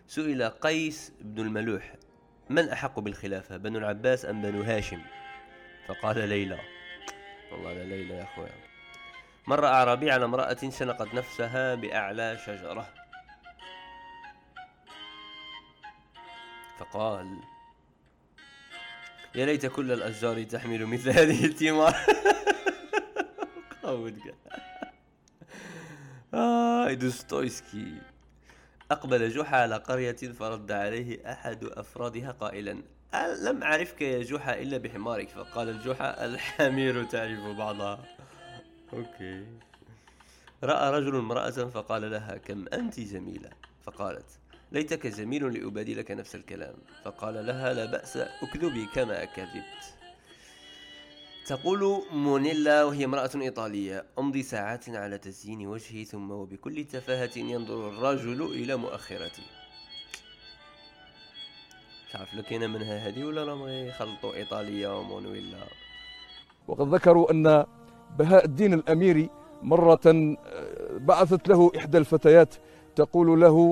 سئل قيس بن الملوح: من أحق بالخلافة، بنو العباس أم بنو هاشم؟ فقال: ليلى. والله لا ليلى يا أخويا. مر أعرابي على امرأة شنقت نفسها بأعلى شجرة فقال: يا ليت كل الأشجار تحمل مثل هذه الثمار. دوستويسكي. أقبل جحا على قرية فرد عليه أحد أفرادها قائلا: لم أعرفك يا جحا إلا بحمارك. فقال الجحا: الحمير تعرف بعضها. أوكي. رأى رجل امرأة فقال لها: كم أنت جميلة. فقالت: ليتك جميل لأبادي لك نفس الكلام. فقال لها: لا بأس، أكذبي كما كذبت. تقول مونيلا وهي امرأة إيطالية: أمضي ساعات على تزيين وجهي، ثم وبكل تفاهة ينظر الرجل إلى مؤخرتي. مش عارف لو كاينه منها هذه ولا راهم يخلطوا إيطالية ومونويلا. وقد ذكروا أن بهاء الدين الأميري مرة بعثت له إحدى الفتيات تقول له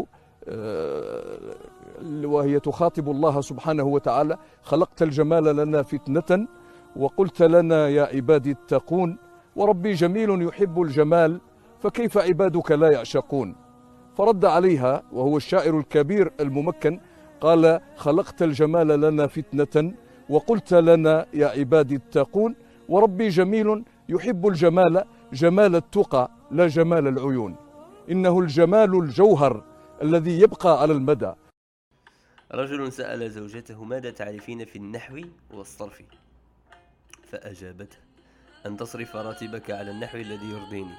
وهي تخاطب الله سبحانه وتعالى: خلقت الجمال لنا فتنة وقلت لنا يا عبادي اتقون، وربي جميل يحب الجمال فكيف عبادك لا يعشقون. فرد عليها وهو الشاعر الكبير الممكن قال: خلقت الجمال لنا فتنة وقلت لنا يا عبادي اتقون، وربي جميل يحب الجمال جمال التقى لا جمال العيون، إنه الجمال الجوهر الذي يبقى على المدى. رجل سأل زوجته: ماذا تعرفين في النحو والصرف؟ فأجابته: أن تصرف راتبك على النحو الذي يرضيني.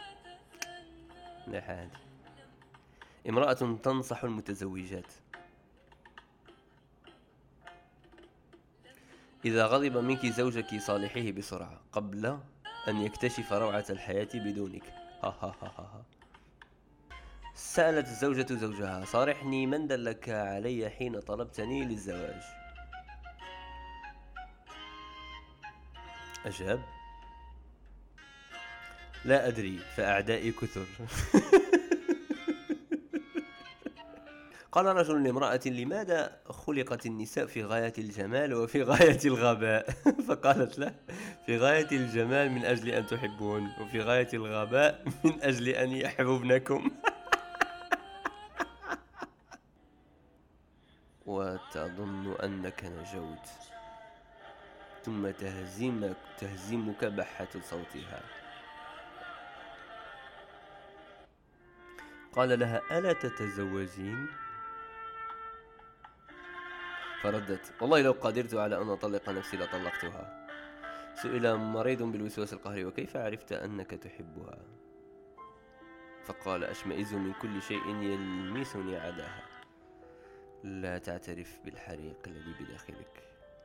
لا حاجة. امرأة تنصح المتزوجات: إذا غضب منك زوجك صالحيه بسرعة قبل أن يكتشف روعة الحياة بدونك. سألت الزوجة زوجها: صارحني، من دلك علي حين طلبتني للزواج؟ أجاب: لا أدري، فأعدائي كثر. قال رجل لامرأة: لماذا خلقت النساء في غاية الجمال وفي غاية الغباء؟ فقالت له: في غاية الجمال من أجل أن تحبون، وفي غاية الغباء من أجل أن يحببنكم. وتظن أنك نجوت، ثم تهزمك بحة صوتها. قال لها: ألا تتزوجين؟ فردت: والله لو قدرت على أن أطلق نفسي لطلقتها. سئل مريض بالوسواس القهري: وكيف عرفت أنك تحبها؟ فقال: أشمئز من كل شيء يلمسني عداها. لا تعترف بالحريق الذي بداخلك.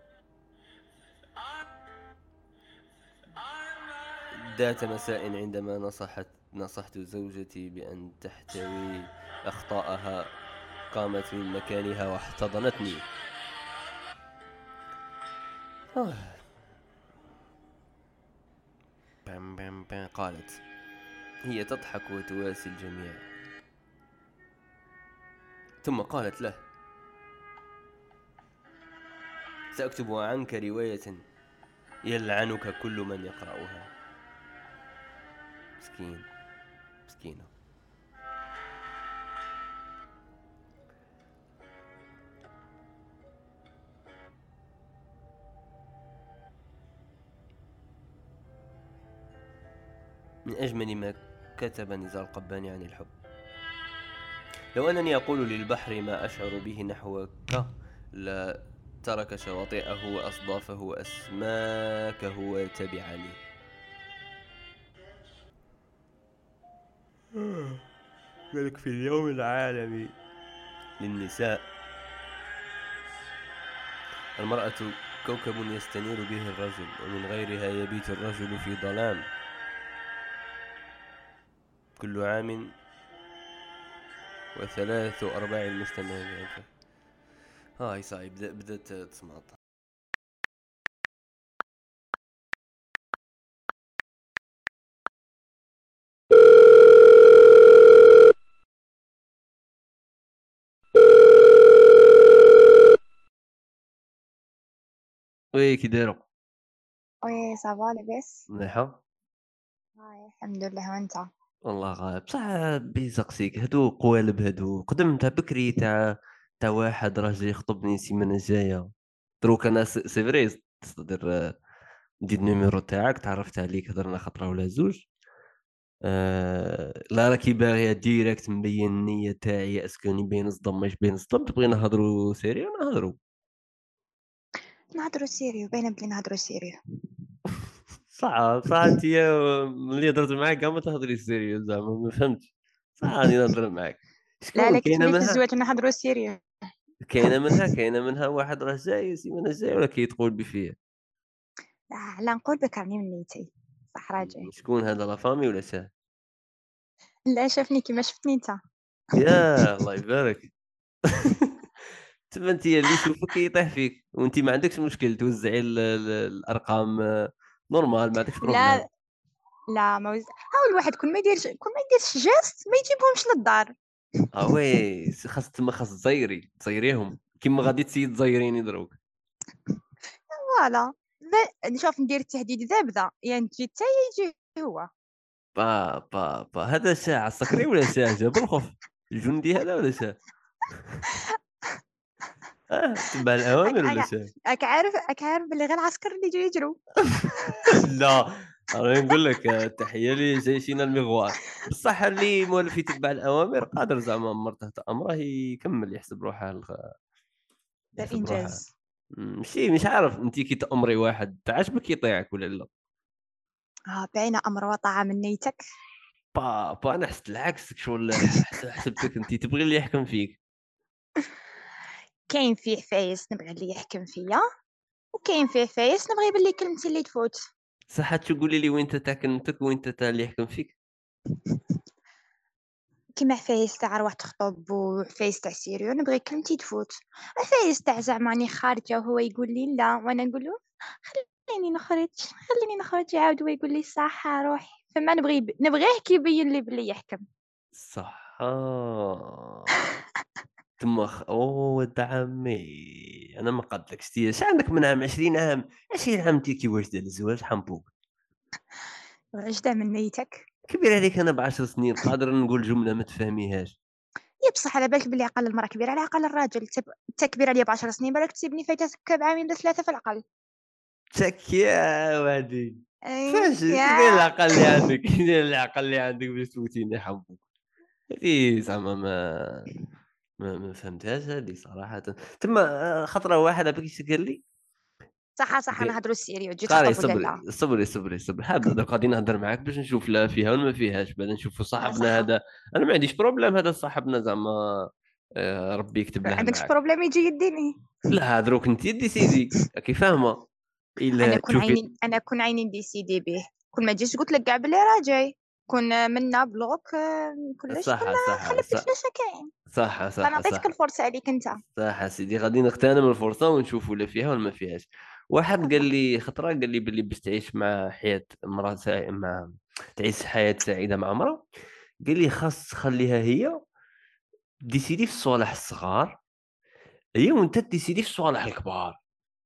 ذات مساء عندما نصحت زوجتي بأن تحتوي أخطاءها، قامت من مكانها واحتضنتني. قالت: هي تضحك وتواسي الجميع. ثم قالت له: سأكتب عنك رواية يلعنك كل من يقرأها. مسكينة. من أجمل ما كتب نزار القباني عن الحب: لو أنني أقول للبحر ما أشعر به نحوك لا ترك شواطئه وأصدافه وأسماكه وتبعني. ذلك في اليوم العالمي للنساء. المرأة كوكب يستنير به الرجل، ومن غيرها يبيت الرجل في ظلام. كل عام و3/4 المجتمع. هاي صايب بدأت تصمت. وي كي دايروا؟ وي صافا لاباس. مليحة. هاي الحمد لله وانت؟ والله غايب بصح بيزقسيك هادو قوالب هادو قدم تاع بكري تاع واحد راه جاي يخطبني السيمانه الجايه. دروك انا سي فري تقدر ندير النيميرو تاعك تعرفت عليك هضرنا خطره ولا زوج. لا راكي باغيه ديريكت مبين النيه تاعي اسكو نبين نصدم ماش بين نصدم تبغي نهضروا سيريو نهضروا. نهضروا سيريو، باينه بلي نهضروا سيريو. صح انت ملي هضرت معاك كاع ما تهضري سيريو زعما ما فهمتش. صح راني نهضر معاك. لا شكون لا كنت كاينه لي في منها؟ الزواج نهضروا سيريو. كاينه منها واحد راه جاي السيمانه الجايه ولا كيتقول بفيه؟ لا لا نقول بك راني من نيتي. صح راجعي. شكون هذا لا فامي ولا ساه؟ لا شافني كيما شفتني انت. يا الله يبارك. تما انت اللي يشوفك يطيح فيك وانت ما عندكش مشكل توزعي الارقام نورمال ما عندكش بروبليم. لا لا ما هاول الواحد كل ما يديرش جيست ما يجيبهمش للدار. اه وي خاص تما خاص تزيريهم كيما غادي تسيي تزيريني دروك. فوالا. نشوف ندير التهديد ذابذه يعني تجي حتى يجي هو. با هذا شاه السكري ولا شاه جاب الخوف؟ الجندي هذا ولا شاه؟ تبع أك الاوامر ولا أك شاه؟ أك عارف بلي غير العسكر اللي يجوا يجروا. لا راني نقول لك تحيه لجيشنا المغوار. بصح اللي مولف يتبع الاوامر قادر زعما مرته امره يكمل يحسب روحه دار يحسب روحه. انجاز. ماشي مش عارف انت كي تامري واحد تعجبك يطيعك ولا لا؟ باينه امر وطاعه من نيتك. انا حسيت العكس شغل حسبتك انت تبغي اللي يحكم فيك. كاين فيه فايس نبغي اللي يحكم فيا، وكاين فيه فايس نبغي باللي كلمتي اللي تفوت. صح تقولي لي وين تاع كلمتك وين تاع اللي يحكم فيك؟ كيما فايس تاع روح تخطب وفايس تاع سيريو نبغي كلمتي تفوت. فايس تاع زعما راني خارجه وهو يقول لي لا وانا نقول له خليني نخرج يعاود هو يقول لي صح روحي. فما نبغيه كيبين لي باللي يحكم. صح تما اوه ولد عمي انا ما قدكش تي اش عندك من عام 20 عام 20 عام انت كي واجده للزواج حنبوك. عجده من نيتك. كبير عليك انا ب10 سنين قادر نقول جمله ما تفهميهاش. يا بصح على بالك بلي عقل المرأة كبير على عقل الراجل. انت كبير عليا ب10 سنين بالك تسيبني فايتك بعامين ولا 3 في العقل. تك يا وادي. فاش كي داير يا العقل اللي عندك كي داير العقل اللي عندك باش توتيني حنبوك. هذه زعما ما فهمتهاش هذه صراحه. تما خطره واحده بكيش قال لي صح صح نهضروا السيريو تجي قاري تخطب ولا صبري لا. صبري حاب دوك غادي نهضر معاك باش نشوف لا فيها ولا ما فيهاش بعد نشوفوا صاحبنا صح. هذا. انا ما عنديش بروبليم هذا صاحبنا زعما ربي يكتب لها عندكش معاك. بروبليم يجي يديني. لا دروك انت يدي سيدي كي فاهمه الا تشوفي. انا كون عيني نديسيدي به. كون ما جيش قلت لك كاع بلي راجعي. كون منا بلوك كلش صح كنا صح خليك صح فلوس كاين. صح صح فنعطيتك صح الفرصة عليك انت. صح سيدي غادي نغتنم الفرصه ونشوفوا لا فيها ولا ما فيهاش. واحد قال لي خطره قال لي باللي باش تعيش مع حياه امراه مع تعيش حياه سعيده مع امراه. قال لي خاص تخليها هي ديسيدي في الصوالح الصغار هي وانت ديسيدي في الصوالح الكبار.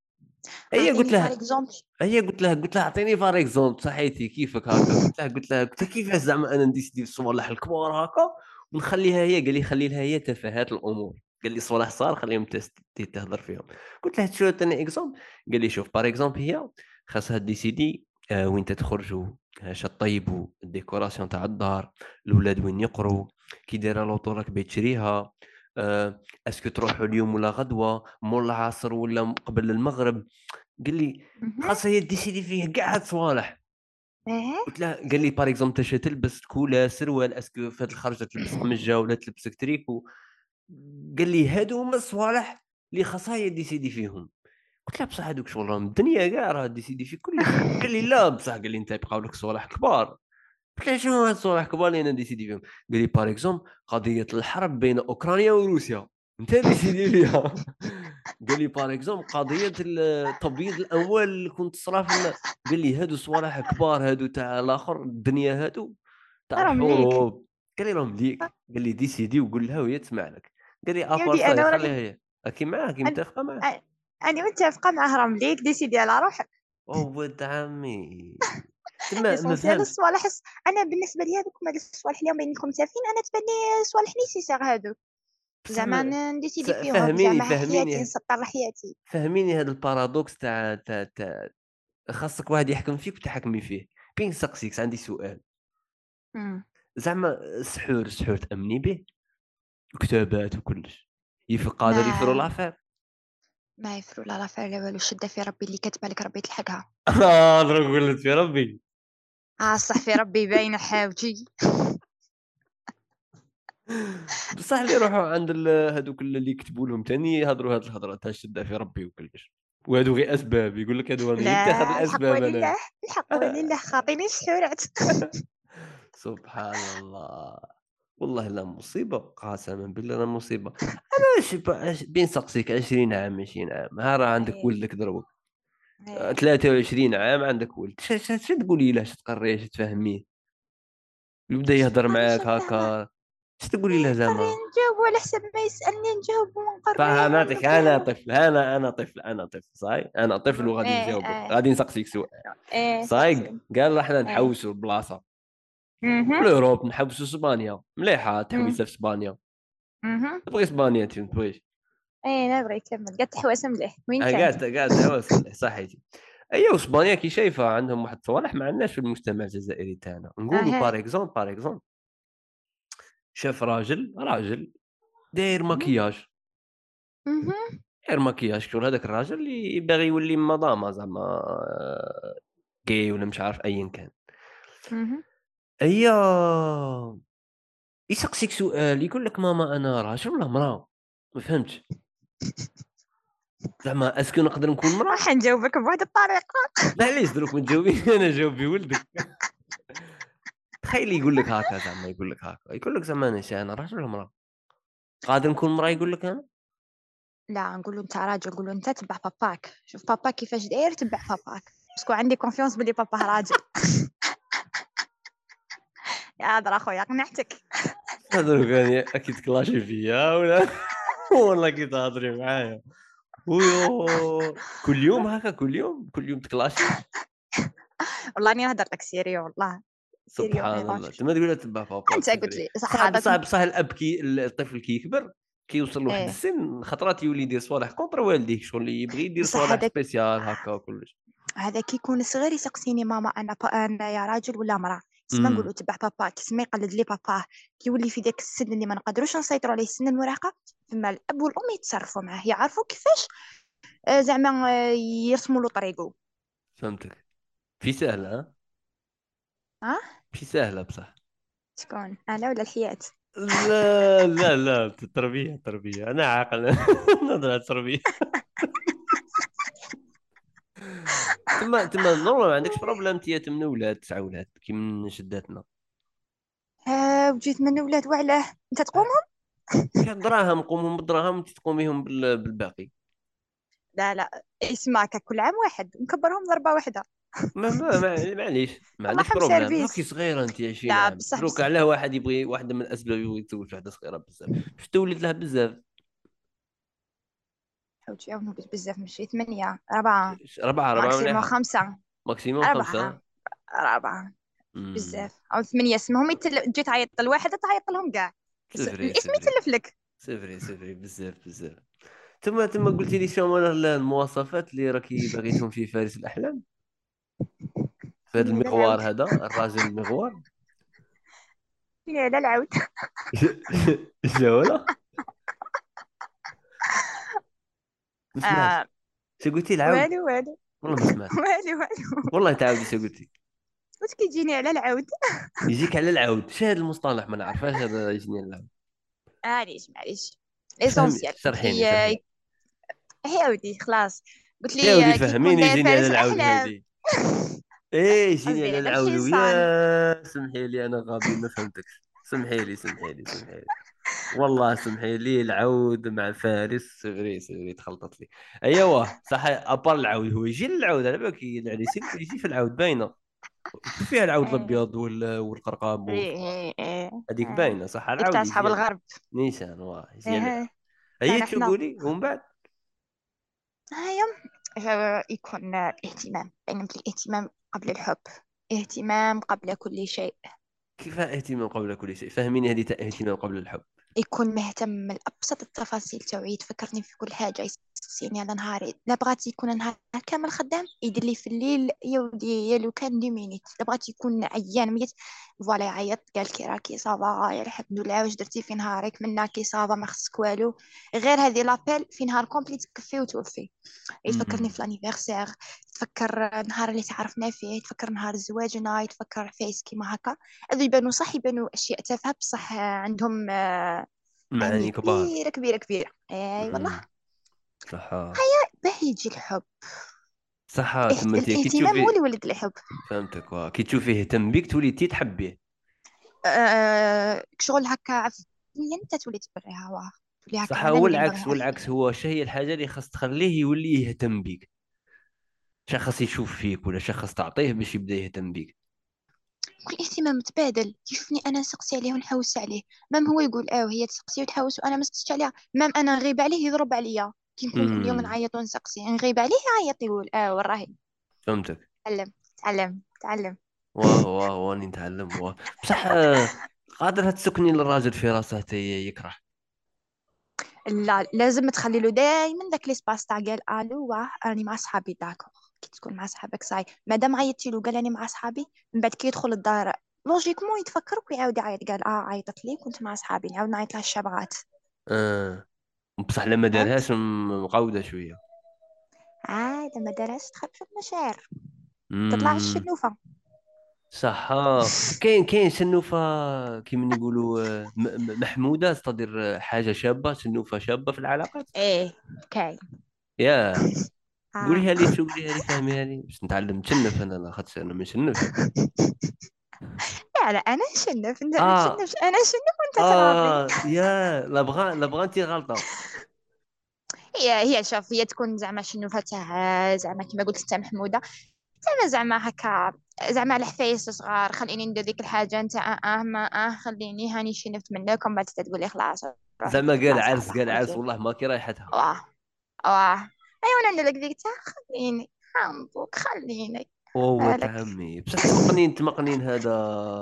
هي قلت اعطيني فار لها اكزومبل. قلت لها اعطيني فار اكزومبل صحيتي كيفك هكا قلت لها كيفاش زعما انا نديسيدي في الصوالح الكبار هكا ونخليها هي. قال لي خلي لها هي تفاهات الامور. قال لي صوالح صغار خليهم تهضر فيهم. قلت له شو ثاني اكزومبل. قال لي شوف بار اكزومبل هي خاصها ديسيدي وين تخرجوا اش طيبوا الديكوراسيون تاع الدار الاولاد وين يقروا كي دايره لوطو راكبه تشريها اسكو تروحوا اليوم ولا غدوه مول العصر ولا قبل المغرب. قال لي خاصها هي ديسيدي فيه كاع هاد الصوالح. ايه قلت له قال لي باغ اكزومبل تاش تلبس كولا سروال اسكو في هاد الخرجه تلبس قمجه ولا تلبس تريكو. قال لي هادو هما الصوالح اللي خاصها هي ديسيدي فيهم. قلت له بصح هادوك شغل راهم الدنيا كاع راه ديسيدي في كلش. قال لي لا بصح قال لي انت يبقاو لك صوالح كبار. قلت له شنو هاد الصوالح كبار اللي انا ديسيدي فيهم. قال لي باغ اكزومبل قضيه الحرب بين اوكرانيا وروسيا انت ديسيدي فيها. قال لي باغ اكزومبل قضيه تبييض الاموال اللي كنت تصرف لنا. قال لي هادو صوالح كبار هادو تاع الاخر الدنيا هادو تاع راهم ليك. الحروب. قال لي راهم ليك. قال لي ديسيدي وقول لها وهي تسمع لك. قال لي يا ودي ابار سا انا خليها وراني. هي. كي معاه كي أنا متفقه معاه. أنا أنا متفقة معاه، راه مليك ديسيدي على روحك. او ولد عمي. تما ما ليسونسيال فهمتش. الصوالح أنا بالنسبة لي هذوك هما الصوالح اللي بينكم متفقين، أنا تبان لي صوالح نيسيسير هذوك، بصح زعما نديسيدي فيهم، فهميني زعما حياتي فهميني نسطر حياتي. فهميني هذا البارادوكس تاع خاصك واحد يحكم فيك وتحكمي فيه. بين نسقسيك، عندي سؤال. إمم. زعما السحور تأمني به، وكتابات وكلش قادر يفرو ما لافير. ما يفرق لا فعل لا والو، الشدة في ربي، اللي كاتبة لك ربي تلحقها. ضرب قلت في ربي. صح، في ربي باينة حاوتي. بصح اللي يروحوا عند هذوك اللي يكتبوا لهم تاني يهضروا هاد الهضره تاع الشده في ربي وكلش، وهادو غير اسباب. يقول لك هادو راني غير تاخذ لا، الحق الاسباب انا. ولله، الحق ولله، خاطيني سحورات. سبحان الله. والله لا مصيبه، قسما بالله لا مصيبه. انا بين سقسيك 20 عام 20 عام، ها راه عندك إيه، ولدك دروك. إيه. 23 عام عندك ولد، اش تقولي له، اش تقريه، اش تفهميه، يبدا اش يهضر نقري، اش معاك نفهمه؟ هكا، اش تقولي له إيه، نقري زعما؟ نجاوبو على حسب ما يسألني، نجاوب ونقريه فهمتك، انا ونفهمه. طفل، انا طفل صاي، انا طفل وغادي إيه، نجاوبك، إيه، غادي نسقسيك سؤال. إيه، صايق سقسيني. قال احنا إيه. نحوسوا البلاصه في اهم. الاوروب، نحوسوا اسبانيا مليحه، إمم. تحويسه في اسبانيا. اهم. تبغي اسبانيا انت ما تبغيش؟ إيه، نبغي كمّل، قد تحوس مليح، وين كانت؟ قاعد تحوس مليح صحيتي. ايوا اسبانيا كي شايفه عندهم واحد الصوالح ما عندناش في المجتمع الجزائري تاعنا. نقولوا أها. بار اكزومبل شاف راجل داير اهم. مكياج، اهم. شغل هذاك الراجل اللي باغي يولي مداما زعما كي ولا مش عارف ايا كان. اهم. هي يسقسيك سؤال يقول لك ماما انا راجل ولا مراه؟ ما فهمتش. زعما اسكو نقدر نكون مراه؟ راح نجاوبك بواحد الطريقة. معليش دروك ما تجاوبيني انا، جاوبي ولدك. تخيل يقول لك هكا، زعما يقول لك هكا، يقول لك زعما انا راجل ولا مراه؟ قادر نكون مراه يقول لك انا. لا، نقول له أنت راجل، نقول له أنت تبع باباك، شوف باباك كيفاش داير، تبع باباك، باسكو عندي confiance بلي باباه راجل. يا هضره خويا قنعتك. دروك يعني اكيد كلاشي فيا ولا والله كي تهضري معايا ويو كل يوم هكا، كل يوم تكلاشي. والله راني نهضر لك سيريو، والله سيريو ما سبحان الله. يضرش. تما تقول تبع باباك أنت سي قلت فري. لي صح صح هذاك بصح بصح الاب الطفل كي يكبر، كي يوصل لواحد إيه، السن خطرات يولي يدير صوالح كونتر والديه، شغل يبغي يدير بصح صوالح هذاك سبيسيال هكا وكلش. هذاك يكون صغير يسقسيني ماما أنا يا راجل ولا مرا، تسمى نقول امم له تبع باباك، تسمى يقلد لي باباه. كي يولي في داك السن اللي ما نقدروش نسيطروا عليه، سن المراهقة، تما الأب والأم يتصرفوا معاه، يعرفوا كيفاش زعما يرسموا له طريقه. فهمتك. في سهله ها، ها؟ في سهله بصح. شكون أنا ولا الحياة؟ لا التربيه انا عاقل. نهضر على التربيه. تما نورمال ما عندكش بروبليم تيات من ولاد 9 ولاد كي من شداتنا. وجيت من ولاد وعلاه أنت تقوم. كان دراهم قومهم بالدراهم وانت تقوميهم بالباقي. لا لا، اسمعك كل عام واحد نكبرهم ضربة واحدة. معليش ما عندكش اللهم بروبليم. هاكي سيرفيس. صغيره انت 20 لا عام بصح دروك، بصح. علاه واحد يبغي واحده من الاسباب يبغي يتزوج واحده صغيره بزاف، باش تولد لها بزاف. حوتي يا ونوبة بزاف، ماشي 8 4، 4 ماكسيموم مليحه. 5. ماكسيموم 5. 4 4 امم بزاف أو 8، اسمهم تجي تعيط لواحد تعيط لهم كاع، سيفري الاسم سيفري يتلف لك. سيفري بزاف. ثم قلتي لي شنو هما المواصفات اللي راكي باغيتهم في فارس الاحلام، في هذا لا العود. المغوار، هذا الراجل المغوار. لا العود. ولا ما سمعتش. آه. شو قلتي العود؟ والو والو. والله ما سمعت. والو. والله تعاودي شو قلتي. واش كيجيني على العود. يجيك على العود، شو هذا المصطلح ما نعرفهاش، هذا يجيني على العود. معليش فهمي ليسونسيال قلت شرحيني لي شرحيني. هي عودي خلاص. قلت يا لي ودي كي يكون فهميني، داير يجيني على فارس العود الاحلام. هذه. ايه يجيني قصدي على على العود، الحصان. ويا سمحي لي انا غبي ما فهمتكش. سمحي لي والله سمحي لي. العود مع فارس صغري تخلطت لي. ايوه صح، ابار العود هو يجي للعود على بالك العريس يجي في العود باينه. شوف فيها العود ايه الابيض والقرقاب، ايه ايه ايه. هذيك إيه. باينه صح. ديك تاع العود صحاب يجي على الغرب. نيشان، واه يجي عليها. ايه. هي تاعنا شو حنا. قولي ومن بعد. هيا يكون الاهتمام، بين الاهتمام قبل الحب، اهتمام قبل كل شيء. كيف اهتمام قبل كل شيء؟ فهميني هذه اهتمام قبل الحب. يكون مهتم من أبسط التفاصيل توعي، تفكرني في كل حاجة، يسقسيني على نهاري. لا بغات يكون نهار كامل خدام يدير لي في الليل يا ودي يا لو كان دي مينيت. لا بغات يكون عيان ميت فوالا يعيط قال كي راكي صافا يا الحمد لله واش درتي في نهارك منا كي صافا ما خصك والو. غير هذه لابيل في نهار كومبلي تكفي وتوفي. يتفكرني امم في لانيفرسير، يتفكر نهار اللي تعرفنا فيه، يتفكر نهار زواجنا، يتفكر عفايس كيما هكا. هذو يبانوا صح، يبانوا اشياء تافهه بصح عندهم أهمية معاني كبار. كبيرة كبيرة كبيرة. أي والله. امم صح. باه يجي الحب. صح تما انت كي الاهتمام هو تشوفي، اللي ولد الحب. فهمتك، كي تشوفيه يهتم بك تولي تي تحبيه. شغل هكا عفويا انت تولي تبريها، واه تولي هكا صح، انا هو نولي العكس، نبغيها والعكس اكثر. هو هي الحاجه اللي خاص تخليه يولي يهتم بك. شخص يشوف فيك ولا شخص تعطيه باش يبدا يهتم بك. كل اهتمام متبادل، يشوفني انا نسقسي عليه ونحوس عليه، مام هو يقول وهي تسقسي وتحوس وانا ما سقسيتش عليها، مام انا نغيب عليه يضرب عليا. كي نكون كل يوم امم نعيط ونسقسي نغيب عليه يعيط يقول وراهي. فهمتك. تعلم تعلم تعلم. واه واه واني نتعلم واه. بصح قادرة تسكني للراجل في راسه حتى يكره. لا لازم تخلي له دائما ذاك ليسباس تاع قال الو واه راني مع صحابي داكور. كي تكون مع صحابك صاي مادام عيطتي له قال راني مع صحابي، من بعد كي يدخل الدار لوجيكمون يتفكرك ويعاود يعيط قال عيطت لي كنت مع صحابي نعاود نعيط لها الشبعات. آه. بصح لما فهمت. دارهاش مقودة شوية. عاد ما دارهاش تخرج المشاعر، تطلع امم الشنوفة. صح. كاين سنوفة كيما نقولوا محمودة، استدير حاجة شابة، سنوفة شابة في العلاقات. ايه كاين. يا آه. قوليها لي، شو قوليها لي، فهميها لي باش نتعلم نشنف. انا لا خاطر انا ما نشنفش. لا لا انا نشنف، انت ما اه تشنفش، انا نشنف وانت تراضي. يا لا بغا انت غلطة. هي شوف، هي تكون زعما شنوفة تاع زعما كيما قلت انت محمودة، زعما هكا، زعما الحفايس صغار خليني ندير ديك الحاجه انت ما خليني هاني شنفت منك ومن بعد تقولي خلاص روحي زعما ديري قال بلاصه عرس، على قال عرس، خوتي. والله ما كي رايحتها. واه واه. ايوا انا ندير لك ديك تاع خليني حنبوك خليني. ولد مالك. عمي، بصح تمقنين هذا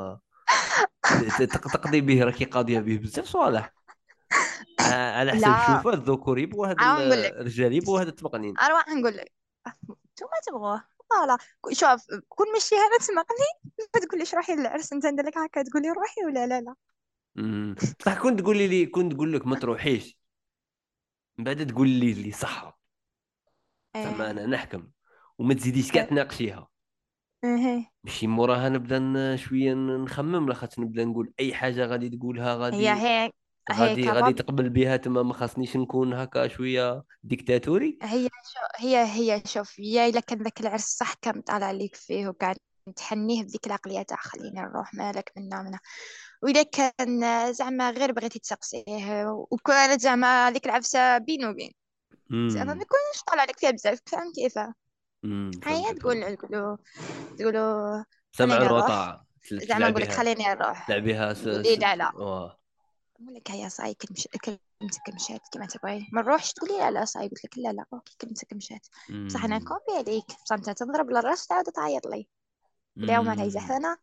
تقضي به، راكي قاضيه به بزاف صوالح. على حسب لا شوفه الذكور يبغوا هذا، عاود نقول لك، الرجال يبغوا هذا التمقنين. اروح نقول لك انتوما تبغوه. فوالا شوف، كون مشي انا تسمعني ما تقوليش روحي للعرس انت ندير لك هكا تقولي روحي ولا لا لا. بصح كنت تقولي لي، كنت تقول لك ما تروحيش، من بعد تقول لي صح. زعما ايه انا نحكم وما تزيديش كاع ايه تناقشيها. ايه. ماشي موراها نبدا شويه نخمم، لاخاطش نبدا نقول اي حاجه غادي تقولها هي غادي، هيك هيك غادي الرب. تقبل بها، تما ما خاصنيش نكون هكا شويه ديكتاتوري. هي شوف، يا إلا كان ذاك العرس صح كان طالع عليك فيه وقاعد تحنيه بديك العقلية تاع خلينا نروح مالك منا. وإذا كان زعما غير بغيتي تسقسيه وكانت زعما ديك العفسة بينه وبين، زعما ما امم يكونش طالع عليك فيها بزاف، فهمت كيف. هيا فهمتك فهمتك. تقولوا سمعا خليني نروح. وطاعة. زعما نقول لك تلعبيها، خليني نروح، تلعبيها تقولي لا لا. واه. نقول لك هيا صاي كلمتك مشات كما تبغي ما نروحش، تقولي لا لا صاي قلت لك لا لا اوكي كلمتك مشات. بصح انا امم كوبي عليك، بصح انت تضرب للراس تعاود تعيط لي. اليوم انا امم زحفانه.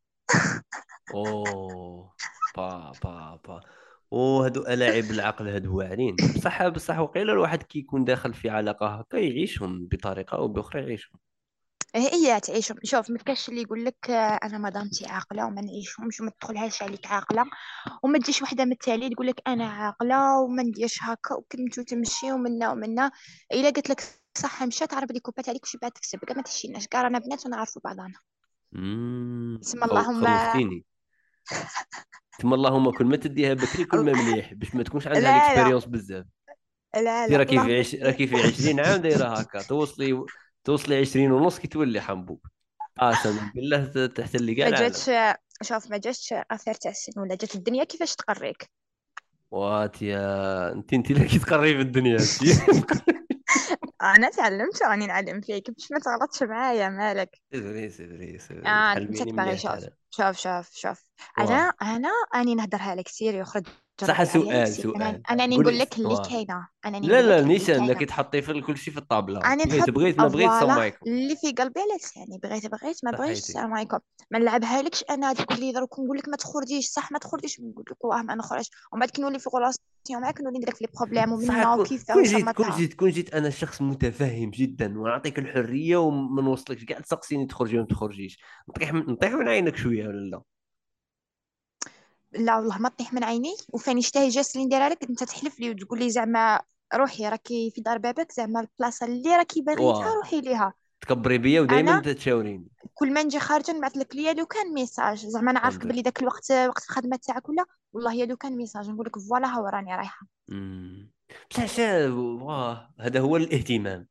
اوه با وهادو ألاعب العقل هادو واعرين. بصح وقيلا الواحد كي يكون داخل في علاقة هكا يعيشهم بطريقة أو بأخرى، يعيشهم. هي تعيش. شوف ما كاش اللي يقول لك انا مدامتي عاقله وما نعيشهمش وما تدخلهاش عليك عاقله، وما تجيش وحده من التالي تقول لك انا عاقله وما نديرش هكا وكلمتو تمشي ومنا. الا قلت لك صح مشات تعرف لي كوبات عليك وش بعد تكسب كاع ما تحشيناش كاع رانا بنات ونعرفوا بعضنا. اسم اللهم. خوفتيني. ثم اللهم كل ما تديها بكري كل ما مليح، باش ما تكونش عندها لا لا ليكسبيريونس بزاف. لا انت لا راكي اللهم صل. راكي في 20 عام دايره هكا، توصلي 20 ونص كي تولي حنبوب. قسما بالله تحتلي كاع ما العالم. جاتش. شوف ما جاتش اثار تاع السن ولا جات الدنيا كيفاش تقريك. وات يا انت اللي كي تقري في الدنيا انت. انا تعلمت راني نعلم فيك باش ما تغلطش معايا مالك. انت تعلميني تبغي مليح شوف تعالى. شوف شوف شوف. انا واه انا اني نهدرها لك سيري يخرج صح. جربي عليا سؤال نفسي. انا سؤال انني نقول قولي لك اللي واه. كاينه، انني لا نقول لا لك اللي نيشان انك كاينه. تحطي في كل شيء في الطابله. انا بغيت نحط بغيت ما بغيت السلام فوالا عليكم. اللي في قلبي على لساني، بغيت ما بغيتش صحيتي. السلام عليكم. ما نلعبها لكش انا تقول لي دروك نقول لك ما تخرجيش، صح ما تخرجيش، نقول لك واه ما نخرج، ومن بعد كي نولي في غولاسيون معاك نولي ندير لك في لي بروبليم صح. ومنا وكيفاه كون جيت كون وشمتها. جيت كون جيت انا شخص متفهم جدا ونعطيك الحريه وما نوصلكش كاع تسقسيني تخرجي ولا ما تخرجيش. نطيح من عينك شويه ولا لا؟ لا والله ما تطيح من عيني، وفاني شتاهي جالس اللي نديرها لك انت تحلف لي وتقول لي زعما روحي راكي في دار بابك، زعما البلاصه اللي راكي باغيتها واه روحي ليها. تكبري بيا ودائما انا تتشاوريني. كل ما نجي خارجه نبعث لك ليا لو كان ميساج، زعما انا عارفك فهمتك. بلي داك الوقت وقت الخدمه تاعك ولا، والله يا لو كان ميساج نقول لك فوالا ها راني رايحه. امم بصح واه هذا هو الاهتمام.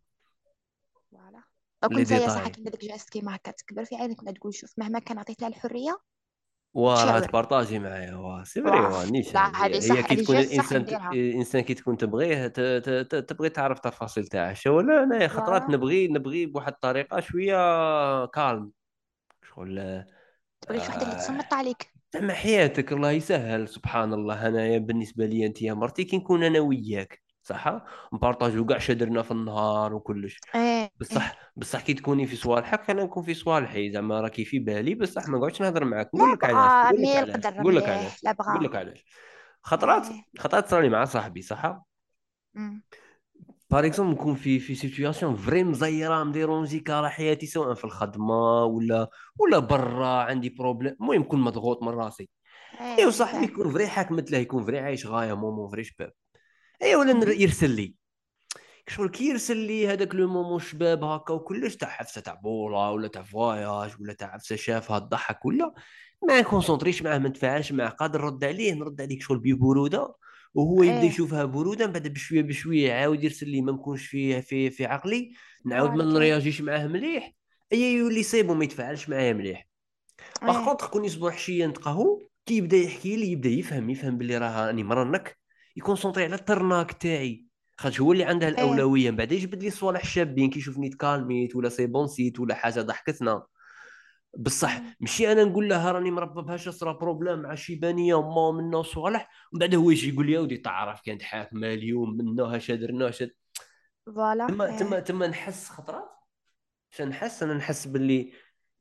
فوالا. لو لي كنت يا صاحبي ديتاي. كي داك جالس كيما هكا تكبر في عينك ولا تقول شوف مهما كان عطيت لها الحريه وراه تشاور. تبارطاجي معايا واه سي فري واه واه لا نيشان. هذه هي صح، كي هذه تكون جالس صح الانسان نديرها. الانسان كي تكون تبغيه تبغي تعرف تفاصيل تاعه. ولا انا خطرات فوالا نبغي بواحد الطريقه شويه كالم شغل. تبغي شي وحده اللي آه، تصمت عليك. زعما حياتك الله يسهل سبحان الله. انايا بالنسبه لي انت يا مرتي كي نكون انا وياك صح نبارطاجيو كاع شدرنا في النهار وكلش. ايه ايه. بصح كي تكوني في صوالحك انا نكون في صوالحي زعما راكي في بالي بصح ما نقعدش نهضر معاك. لا نقول لك علاش بغى نقول لك مي علاش القدر نقول لك مليح علاش لا نقول بغى. لك علاش. خطرات ايه. خطرات صرالي مع صاحبي صح. أمم. بار اكزومبل نكون في سيتوياسيون فري مزيره مديرونجيكا على حياتي سواء في الخدمه ولا برا عندي بروبليم. المهم نكون مضغوط من راسي. ايوا ايه صاحبي نفهم. يكون فري حاكمت له يكون فري عايش غايه مومون فري شباب. ايوا ولا أمم. يرسل لي شغل كي يرسل لي هذاك لو مومون شباب هكا وكلش تاع حفسه تاع بولا ولا تاع فواياج ولا تاع حفسه شافها تضحك ولا ما نكونسونطريش معاه ما نتفاعلش معاه. قادر نرد عليه نرد عليك شغل ببروده وهو يبدا ايه يشوفها بروده من بعد بشويه بشويه يعاود يرسل لي ما نكونش فيه في عقلي. نعاود ما فوالا كاين. نرياجيش معاه مليح. اي يولي صيب وما يتفاعلش معايا مليح. باغ ايه كونطخ كون يصبح حشيه نتقهو كي يبدا يحكي لي يبدا يفهم باللي راه راني مرنك. يكونسونطري على الترناك تاعي خاطر هو اللي عنده ايه. الاولويه. من بعد يجبد لي الصوالح الشابين كي يشوفني تكالميت ولا سي بون سيت ولا حاجه ضحكتنا. بصح أمم. ماشي انا نقول له راني مرببهاش صرا بروبليم مع شيبانيه ما منا صوالح ومن بعد هو يجي يقول لي يا ودي تعرف كانت حاكمه اليوم منا هاش درنا هاش. فوالا تما ايه. تما نحس خطرات. نحس انا نحس باللي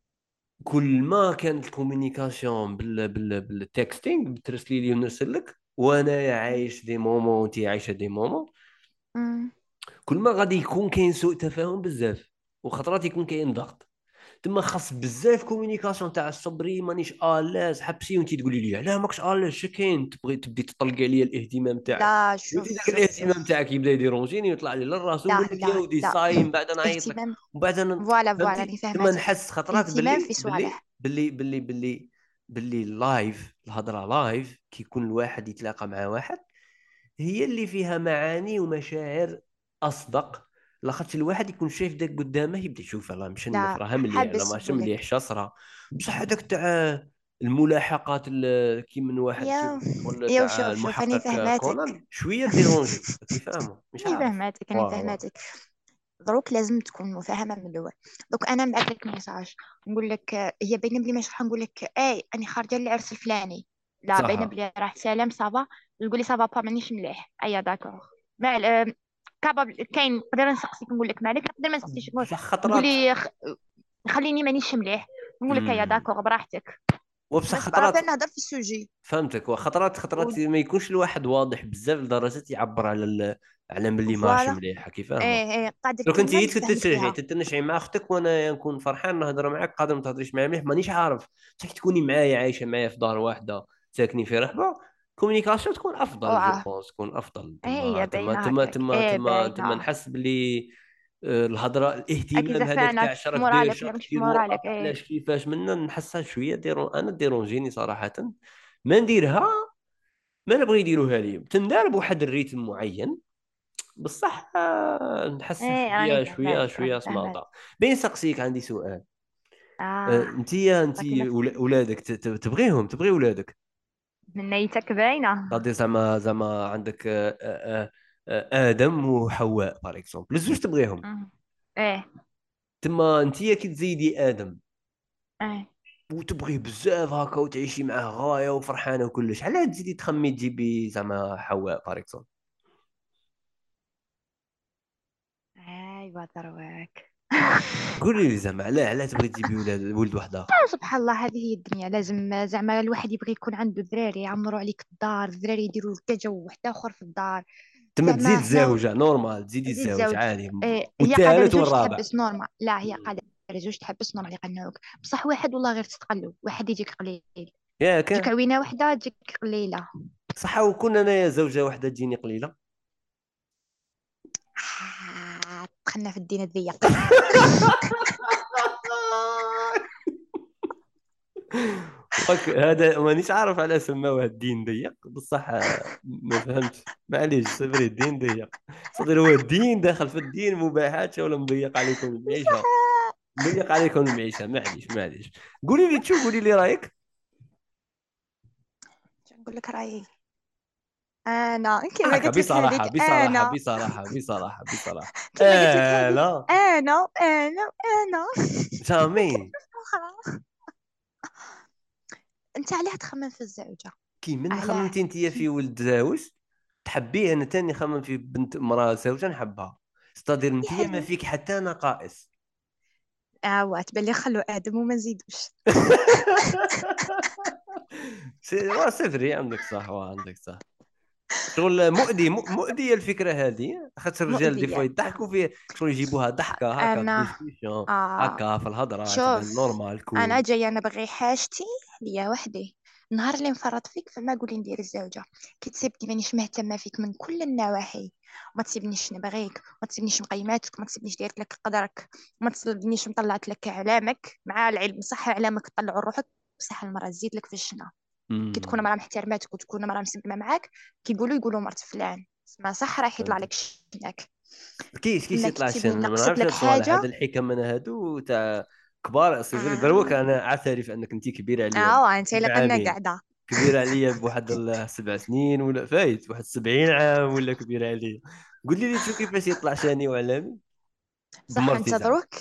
كل ما كانت الكوميونيكاسيون بالتكستينغ بترسلي لي ونرسل لك وانا عايش دي مومون وانت عايشه دي مومون. أمم. كل ما غادي يكون كاين سوء تفاهم بزاف وخطرات يكون كاين ضغط. تما خاص بزاف كوميونيكاسيون تاع الصبري مانيش الاز حبسي وانت تقولي لي لا ماكش الاز شكاين تبغي تبدي تطلقي عليا الاهتمام تاعك. لا وانت شوف ذاك شوف الاهتمام شوف. تاعك يبدا يديرونجيني ويطلع لي للراس ونقول لا لك يا لا ودي لا. صايم بعد نعيط لك. اهتمام. ومن بعد انا فوالا فوالا فهمتي راني تما فهماتك. نحس خطرات اهتمام باللي في صوالح. باللي اللايف الهضره لايف كي يكون الواحد يتلاقى مع واحد هي اللي فيها معاني ومشاعر اصدق. لاخاطش الواحد يكون شايف داك قدامه يبدا يشوف راه مشنف لا راه مليح لا حبس ماشي مليح نقولك. شصره. بصح هذاك تاع الملاحقات كي من واحد كي يا شغل يا تاع شوف راني المحقق فهماتك. كونان شويه ديرونجي كيف فاهمه مش راني عارف. فهماتك راني واه واه. فهماتك. دروك لازم تكون مفاهمة من الأول. دوك أنا نبعث لك ميساج نقول لك هي باينة بلي مش راح نقول لك أي أني خارجة للعرس الفلاني، لا باينة صح. بلي راح سلام صافا. تقول لي صافا با مانيش مليح أيا داكوغ. مع كابابل كاين نقدر نسقسيك نقول لك مالك، نقدر ما نسقسيش نقول. بصح تقول خطرات. لي خليني مانيش مليح، نقول لك أيا امم داكوغ براحتك. وبصح باش خطرات. بعرف نهضر في السوجي. فهمتك خطرات ما يكونش الواحد واضح بزاف لدرجه يعبر على ملي ماشي فوالا. مليح كيف فاهمه. ايه ايه قادر لو كنت كلمة هي نتفاهم فيها. تتنشعي مع اختك وانا نكون فرحان نهضر معك قادر ما تهضريش معايا مليح مانيش عارف. بصح كي تكوني معايا عايشه معايا في دار واحده ساكنين في رحبه كوميونيكاسيون تكون افضل جو واه. بونس تكون افضل. هي تما باينة تما هكاك تما ايه تما تما باينة. نحس بلي الهضره اكيد الاهتمام هذاك زعفانة تاع في شراك داير مورالك ولا شراك مش في دير وراك مورالك ايه. علاش كيفاش منا نحسها شويه انا ديرونجيني صراحه. ما نديرها ما نبغي يديروها لي تندار بواحد الريتم معين. بصح نحسها ايه راني فهماتك شويه راني سماطه. فهماتك. بين سقسيك عندي سؤال. اه انت راكي ما تسقسيش. ولادك تبغيهم تبغي ولادك. من نيتك باينة. قصدي زعما عندك ادم وحواء بار اكزومبل الزوج تبغيهم. مم. ايه تما انت كي تزيدي ادم ايه وتبغيه بزاف هكا وتعيشي معاه غايه وفرحانه وكلش، علاش تزيدي تخمي تجيبي زعما حواء باريكسون؟ ايوا دروك. قولي لي زعما علاش تبغي تجيبي ولد واحد اخر؟ سبحان الله، هذه هي الدنيا. لازم زعما الواحد يبغي يكون عنده دراري يعمروا عليك الدار، الدراري يديروا لك جو واحد اخر في الدار. تما تزيد زعما حنا زوجه نورمال، تزيدي زيد الزوج زوج. عادي، هي قاعده والثالث لجوج والرابع. تحبس نورمال، لا هي قاعده لجوج تحبس نورمال يقنعوك. بصح واحد والله غير تتقلو، واحد يجيك قليل، تجيك ياك عوينه واحده تجيك قليله. صح، وكون انايا زوجه واحده تجيني قليله. دخلنا في الدين الضيق. هذا مانيش عارف على سماوه الدين ضيق بصح، ما فهمتش، معليش صبري، الدين ضيق صدر، هو الدين داخل في الدين مباحات ولا مضيق عليكم بصح المعيشه؟ مضيق عليكم المعيشه، معليش. قولي لي رايك. شو نقول لك رايي؟ انا كيما هكا قلت لك هذيك، انا بصراحه. كيما قلت لك هذيك، لا، انا جامي. انت علاه تخمم في الزوجه؟ كي من علاه؟ خممتي انت في ولد زاوج تحبيه، انا تاني خمم في بنت مراه زوجه نحبها، ستادير انت ما حلو. فيك حتى نقائص. تبان لي خلوا ادم وما نزيدوش. صفري، عندك صح، عندك صح. شغل مؤذية الفكرة هذه، خاطر الرجال دي فوا مؤذيه. يضحكوا فيه، شغل يجيبوها ضحكة هكا في انا ديسكسيون، آه هكا في الهضرة تبان شوف، نورمال انا كول. جايه نبغي حاجتي ليا وحدي. النهار اللي نفرط فيك فما قولي ندير الزوجه. كي تسيبني مانيش مهتمه فيك من كل النواحي، وما تسيبنيش نبغيك، وما تسيبنيش مقيماتك، وما تسيبنيش دايرت لك قدرك، وما تسيبنيش مطلعت لك اعلامك. مع العلم صح اعلامك تطلعوا روحك، بصح المراه تزيد لك في الشنا. كي تكون مراه محترماتك وتكون مراه مسلمه معاك، يقولوا مرت فلان، ما صح رايح يطلع لك فهمتك. شناك. كيش اما كي يطلع تسيبني الشن، ما نقصت نعرفش لك هاد الصوالح، هاد حاجه. الحكم من هادو تاع كبار صغير دروك، اه انا اعترف انك انت كبيره عليا انت لقنا بعامين، قاعده. كبيره عليا بواحد 7 سنين ولا فايت واحد 70 عام، ولا كبيره عليا. قولي لي شو كيفاش يطلع شاني وعلامي صح بمرتي انت زعما. دروك،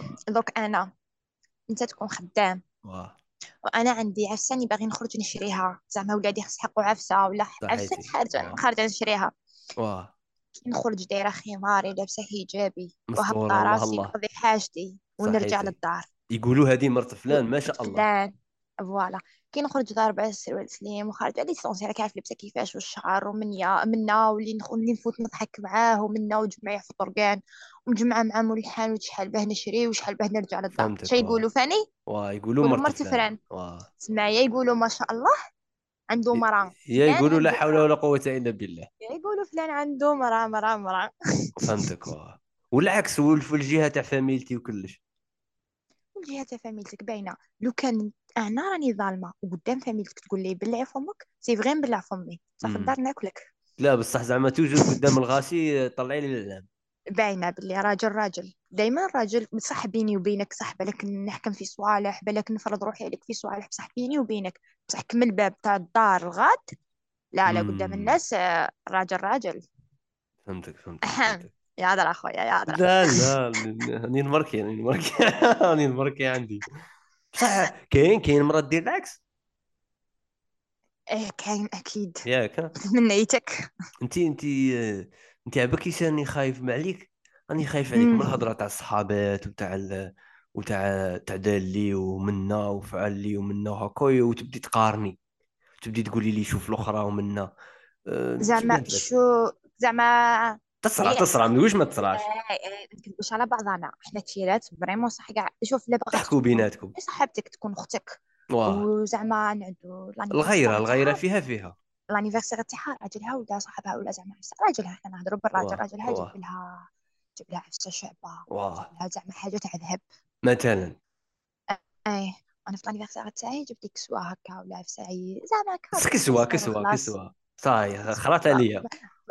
انا انت تكون خدام، واه وانا عندي عفسه باغي نخرج نشريها، زعما ولادي خص يحقوا عفسه ولا عفسه صحيتي. واه خارجه نشريها. واه كي نخرج دايره خماري لابسه حجابي مستورة، وهبطه الله راسي الله. نقضي حاجتي ونرجع صحيتي. للدار. يقولوا هذه مرت فلان ما شاء الله. فلان، فوالا. كي نخرج ضاربة السروال سليم وخارج علي سونسي راك عارف لابسه كيفاش والشعر منا واللي نفوت نضحك معاه ومنا وجمعيه في الطرقان ومجمعه مع مول الحانوت شحال باه نشري وشحال باه نرجع للدار. شي فهمتك. واه يقولوا فاني؟ واه يقولوا يقولوا مرت مرتي فلان. فران. واه سمعي يقولوا ما شاء الله عنده مرأة، يا فلان يقولوا لا عنده حول مرأة. ولا قوة إلا بالله. يقولوا فلان عنده مرأة. فهمتك. واه والعكس، في الجهة تاع فاميلتي وكلش. والجهة تاع فاميلتك باينة. لو كان انا راني ظالمة وقدام فاميلتك تقول لي بلعي فمك، سي فغي نبلع فمي صافي في امم الدار ناكلك. لا بصح زعما توجور قدام الغاشي طلعي لي الاعلام. باينة باللي راجل دايما راجل. صح بيني وبينك صح بالك نحكم في صوالح، بالك نفرض روحي عليك في صوالح، بصح بيني وبينك بصح كمل الباب تاع الدار الغاد. لا قدام امم الناس راجل. فهمتك. يا هذا اخويا يا هذا. لا راني نمركي راني نمركي عندي. بصح كاين مرات دير العكس. ايه كاين اكيد. ياك تمنيتك. انت عباك راني خايف ما عليك، راني خايف عليك من أمم. الهضره تاع الصحابات وتاع دالي ومنا وفعل لي ومنا وهكايا، وتبدي تقارني، تبدي تقولي لي شوف الاخرى ومنا. كي زعما بانت لك؟ شو؟ زعما تسرع ما نقولش ما تصراش. ما نكذبوش على بعضنا، احنا تيرات فريمون صح كاع. شوف لا بغات تحكوا تكون بيناتكم. صاحبتك تكون اختك. واه وزعما نعدو الغيره لانيفرسير الغيره تاعها، فيها. لانيفرسير تاعها راجلها ولا صاحبها ولا زعما راجلها. احنا نهضروا بالراجل، واه راجلها واه جيب لها عفسه شعبه، جيب واه لها زعما حاجه تاع ذهب. مثلا. ايه انا في الانيفرسير تاعي جبت لي كسوه هكا ولا عفسه زعما كادو كسوه سبيسيال كسوه وخلاص. كسوه صاي كسوه خلاط عليا.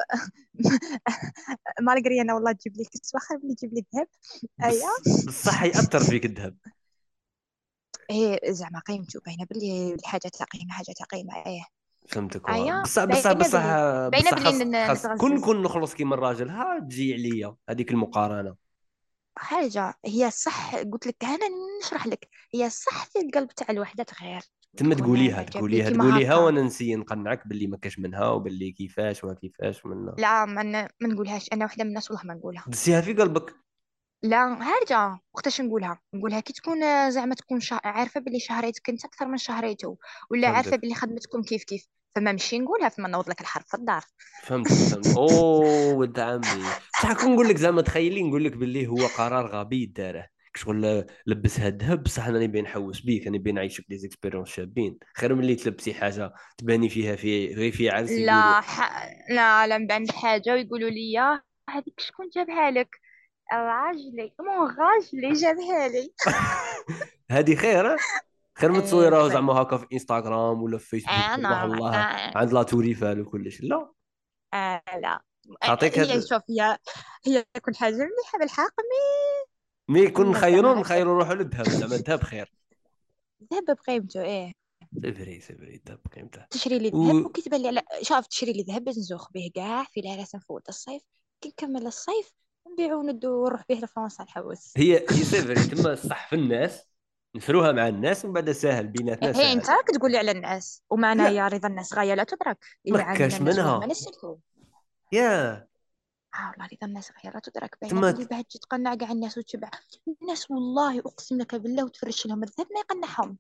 مالغري انا والله تجيب لي كسوه خير من تجيب لي ذهب. ايا بصح يأثر فيك الذهب. ايه زعما قيمته باينه باللي الحاجه تاع قيمه، حاجه تاع قيمه ايه. فهمتك. ايا بصح باينه باللي باينه بصح باللي خاص كون نتغزز. نخلص كيما الراجل، ها تجي عليا هذيك المقارنه. حاجة هي صح، قلت لك أنا نشرح لك. هي صح في القلب تاع الوحدة غير تما تكون تقوليها معجب بيه تقوليها كيما تقوليها هكا. وانا نسي نقنعك باللي ما كاش منها وباللي كيفاش وما كيفاش منا. لا ما نقولهاش، أنا واحدة من الناس والله ما نقولها. دسيها في قلبك. لا هرجع وقتاش نقولها كي تكون زعما تكون عارفة باللي شهريتك انت أكثر من شهريته، ولا عارفة فهمتك باللي خدمتكم كيف كيف، فما مشي نقولها فما نوض لك الحرب في الدار. فهمتك اوه ولد عمي، بصح كون نقول لك زعما تخيلي نقول لك باللي هو قرار غبي داره شغل لبسها الذهب، بصح انا نبي نحوس بيك، انا نبي نعيشك دي زيكسبيريونس شابين، خير من اللي تلبسي حاجه تباني فيها في غير في عرس يقولوا. لا نبان حاجة ويقولوا لي هذيك شكون جابها لك؟ راجلي مو راجلي جابها لي. هذه خير ها؟ خير ما ايه تصويرها زعما هكا في انستغرام ولا في فيسبوك والله انا الله عند لا توري فالو كلش لا. لا. تعطيك هي هاد. شوف هي كل حاجة مليحة بالحق مي كون أما زعما نخيرون نروحوا للذهب، زعما الذهب خير. الذهب بقيمته ايه. سي فري الذهب قيمته. تشري لي و... ذهب وكي تبان لي شوف تشري لي ذهب نزوخ به كاع في العراس نفوت الصيف، كي نكمل الصيف نبيعو وندو ونروح به لفرنسا نحوس. هي سيفري تما الصح في الناس، نفروها مع الناس ومن بعد ساهل بيناتنا ايه انت ساهل. راك تقول لي على الناس ومعنا لا يا رضا الناس غاية لا تدرك، ما اللي عاملين كاش الناس وهم ما منها. نسلكوا. يا والله رضا الناس غاية لا تدرك، باينة تما باللي بعد تقنع كاع الناس وتشبع الناس، والله اقسم لك بالله وتفرش لهم الذهب ما يقنعهم.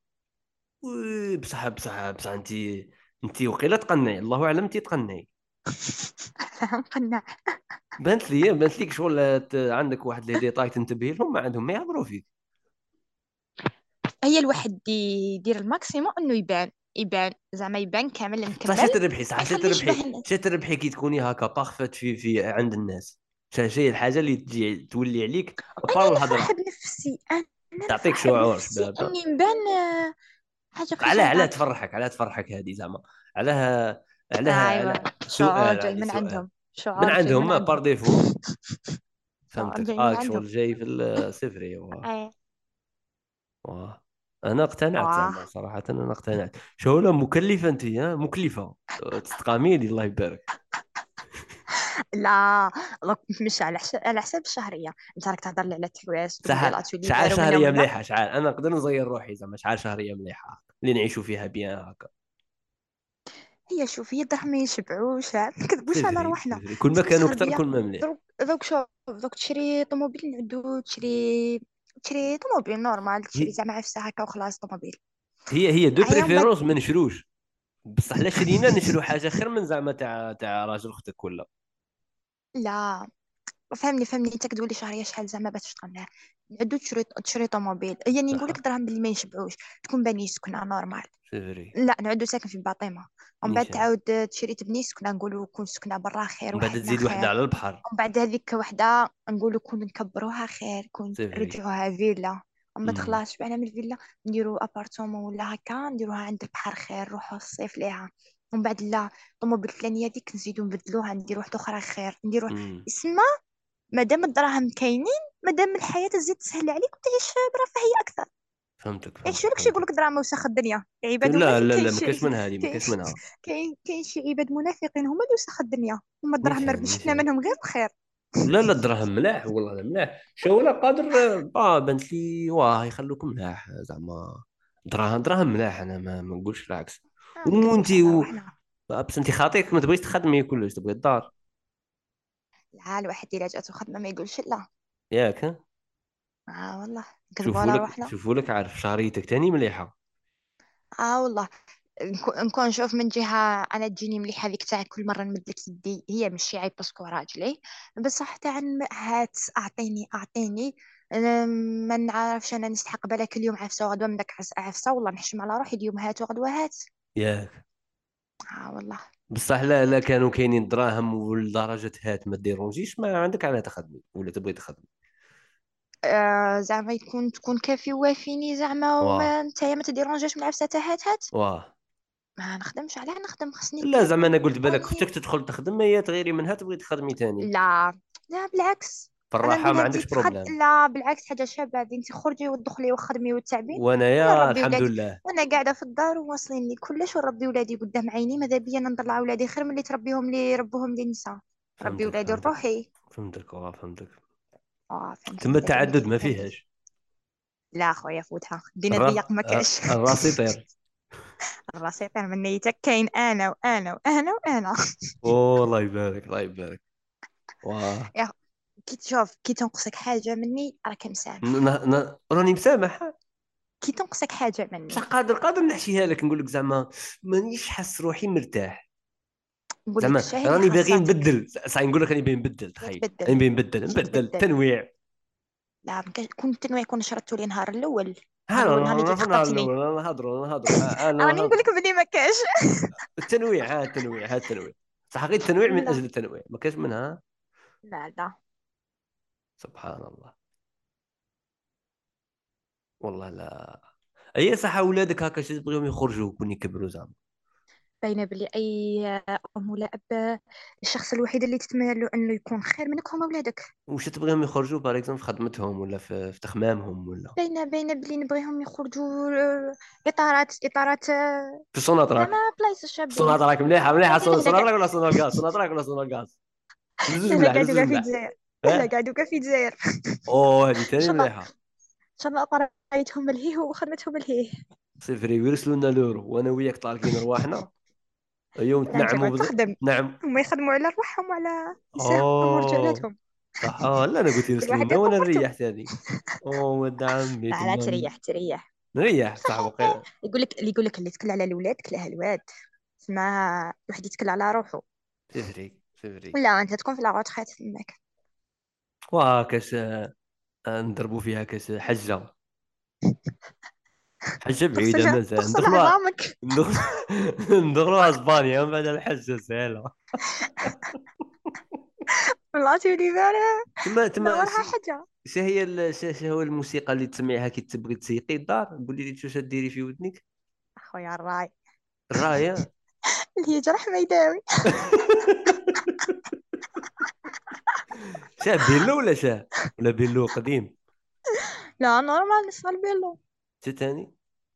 بصح انت وقيله تقنعي، الله اعلم انت تقنعي. نقنع. بانت ليك شغل عندك واحد لي ديتاي تنتبهي لهم ما عندهم ما يهضروا فيك. هي الواحد يدير الماكسيموم انه يبان زعما يبان كامل صح مكمل، شي تربحي، ما صح شي يخليش يشبه تربحي، الناس. شي تربحي كي تكوني هكا بارفيت في عند الناس. شي الحاجه اللي تجي تولي عليك ابار انا نفرح الهضره. بنفسي، انا تعطيك نفرح شعور بنفسي شباب. اني نبان حاجه علاه خشنه. علاه تفرحك هذه زعما. علاه ايوه شعور سؤال جاي عندي من سؤال. عندهم، من شعور جاي من عندهم بار عندهم. ديفو. شعور فهمتك جاي من عندهم. شغل جاي في الصفري ايه واه. انا اقتنعت واه. زعما صراحة، انا اقتنعت. شغلة مكلفة انت، ها مكلفة. تستقاميلي الله يبارك. لا دوك مش على حساب الشهريه، انت راك تهضر لي على التحواس تقول لي صح الاتولي شعار داروا منا شهرية ومنا. مليحة، شعار انا نقدر نزير روحي زعما شعار شهرية مليحة اللي نعيشوا فيها بيان هكا. هي شوف هي الدرهم ما يشبعوش، ما نكذبوش على روحنا. سي فري كل ما انت كانوا تسهر كثر بيا كل ما مليح. دوك شوف، دوك تشري طوموبيل نعدو تشري طوموبيل نورمال، تشري هي زعما عفسه هكا وخلاص طوموبيل. هي دو عيا من بعد. بريفيرونس ما نشروش. بصح لا شرينا نشرو حاجة خير من زعما تاع راجل اختك ولا. لا فهمني انت كتقولي شهريه شحال زعما باش تقنع، نعدو تشري طوموبيل، يعني نقول لك صح دراهم باللي ما يشبعوش، تكون بني سكنه نورمال. سي فري. لا نعدو ساكن في باطيمه، ومن بعد نيشان. تعاود تشري تبني سكنه نقولوا كون سكنه برا خير من بعد وحدنا تزيد وحدة خير. على البحر. ومن بعد هذيك وحده نقولوا كون نكبروها خير، كون سي فري. نرجعوها فيلا. ومن بعد امم خلاص شبعنا من الفيلا نديروا ابارتومون ولا هكا نديروها عند البحر خير، نروحوا الصيف ليها. ومن بعد لا الطوموبيل الفلانيه ديك نزيدو نبدلوها نديرو واحده اخرى خير نديرو. امم اسمع، مادام الدراهم كاينين، مادام الحياة تزيد تسهل عليك وتعيش برفاهية أكثر. فهمتك يعيشوا فهمتك لك شي يقول فهمتك. لك دراهم وسخ الدنيا، عباد هما لا اللي لا كاين لا ما شي كاش منها هذه ما كاين كاش شي منها. كاين شي عباد منافقين هما اللي وسخ الدنيا، هما الدراهم ما نيشان ربحنا نيشان. منهم غير الخير. لا لا الدراهم ملاح والله لا ملاح، شو قادر. بنت لي واه يخلوكم ملاح زعما. دراهم ملاح، انا ما نقولش العكس. ما وانت نكذبوش على روحنا. بس انت خاطيك ما تبغيش تخدمي كلش تبغي الدار. لا الواحد إلا جاتو خدمة ما يقولش لا. ياك ها؟ والله نكذبوا على روحنا. شوفوا لك عارف شهريتك تاني مليحه. والله نكون نشوف من جهة أنا تجيني مليحة هذيك تاع كل مرة نمد لك يدي، هي ماشي عيب باسكو راجلي، بصح تاع هات أعطيني. ما نعرفش أنا نستحق بالك اليوم عفسة وغدوة من داك عفسة، والله نحشم على روحي اليوم هات وغدوة هات. ياك والله. بصح لا كانوا كاينين دراهم ولدرجه هات ما ديرونجيش ما عندك على تخدمي ولا تبغي تخدمي. زعما تكون كافي وافيني زعما، واه وما نتايا ما تديرونجاش من عفسة تاع هات. واه. ما نخدمش عليها، نخدم خصني لا كان زعما انا قلت بالك اونلي. اختك تدخل تخدم هي تغيري منها تبغي تخدمي تاني. لا لا بالعكس. انا فالراحه ما نقولها انت عندكش بروبليم. لا بالعكس حاجه شابه، انت خرجي ودخلي وخدمي وتعبي. وانا وانا يا نربي الحمد ولادي، لله. وانا قاعده في الدار وواصلين لي كلش، ونربي ولادي قدام عيني، ماذا بيا انا نطلع ولادي خير من اللي تربيهم لي ربهم لي نساء. ربي فهمتك ولادي فهمتك لروحي. فهمتك واه فهمتك. فهمتك تما مزيان التعدد ما فهمتك. فيهاش. لا خويا فوتها، دينا ضيق ما كاش. الراس يطير. الراسي طير من نيتك، كاين انا وانا وانا وانا. اوه الله يبارك الله يبارك. واه. يا كي تشوف كي تنقصك حاجه مني راك مسامح. راني مسامح. كي تنقصك حاجه بصح مني قادر نحشيها لك، نقول لك زعما مانيش حاس روحي مرتاح. نقول لك زعما الشاي اللي راني باغي خاصاتك. نبدل، صح نقول لك راني باغي نبدل، يا تخيل تبدل راني باغي نبدل ماشي نبدل تبدل. تنويع. لا كون التنويع كون شرطوا لي نهار الاول. ها نهار الاول نهار اللي في النهار تلقاتني. الاول نهضروا انا راني نقول نهضروا. لك بلي ما كاش. التنويع، ها التنويع. صح غير التنويع من لا اجل التنويع، ما كاش منها. لا لا. سبحان الله. والله لا. اي صح اولادك هكا شي تبغيهم يخرجوا كون يكبروا زعما؟ باينه بلي اي ام ولا اب، الشخص الوحيد اللي تتمنى له انه يكون خير منك هما ولادك. واش تبغيهم يخرجوا باغ اكزومبل في خدمتهم ولا في تخمامهم ولا باينه بلي نبغيهم يخرجوا اطارات في سوناطراك؟ زعما بلايص الشابين. سوناطراك مليحه لا مليحه، لا لا سوناطراك ولا سونار غاز؟ سوناطراك ولا سونار غاز؟ بزز لا لا ملاح قاعدوا بزز كاع في ملاح. الجزائر. لا ها. قاعدوا كاع في الجزائر. اوه هذه ان ثاني شاء الله ان مليحه. شاء الله قرايتهم الهيه وخدمتهم الهيه. سي فري ويرسلوا لنا لورو وانا وياك طالقين رواحنا اليوم لا انت تنعموا قاعد تخدم. نعم. هما يخدموا على رواحهم وعلى نسائهم اوه ورجالاتهم. صح. لا انا قلت كل يرسلوا واحد لنا وانا يقفرته. نريح ثاني. اوه ولد عمي لا لا تما تريح تريح. نريح صح وقيل. يقول لك اللي تكل على الاولاد كلها الواد. اسمها الواحد يتكل على روحه. سي فري سي فري. ولا انت تكون في لاغوت خيط تماك. وهاكاش نضربوا فيها كاس حجه. حجه بعيده مازال تغسل ندخلوها. عظامك. ندخل ندخلوها اسبانيا من بعد الحجه سهله. والله تولي بالها. لا تما وراها حاجه. هي شو هو الموسيقى اللي تسمعيها كي تبغي تسيقي الدار؟ قولي لي شو ديري في ودنك. اخويا الراي. الرايه. اللي يجرح ما يداوي. شاه بيلو ولا شاه ولا بيلو قديم؟ لا نورمال نشغل بيلو. شو تاني؟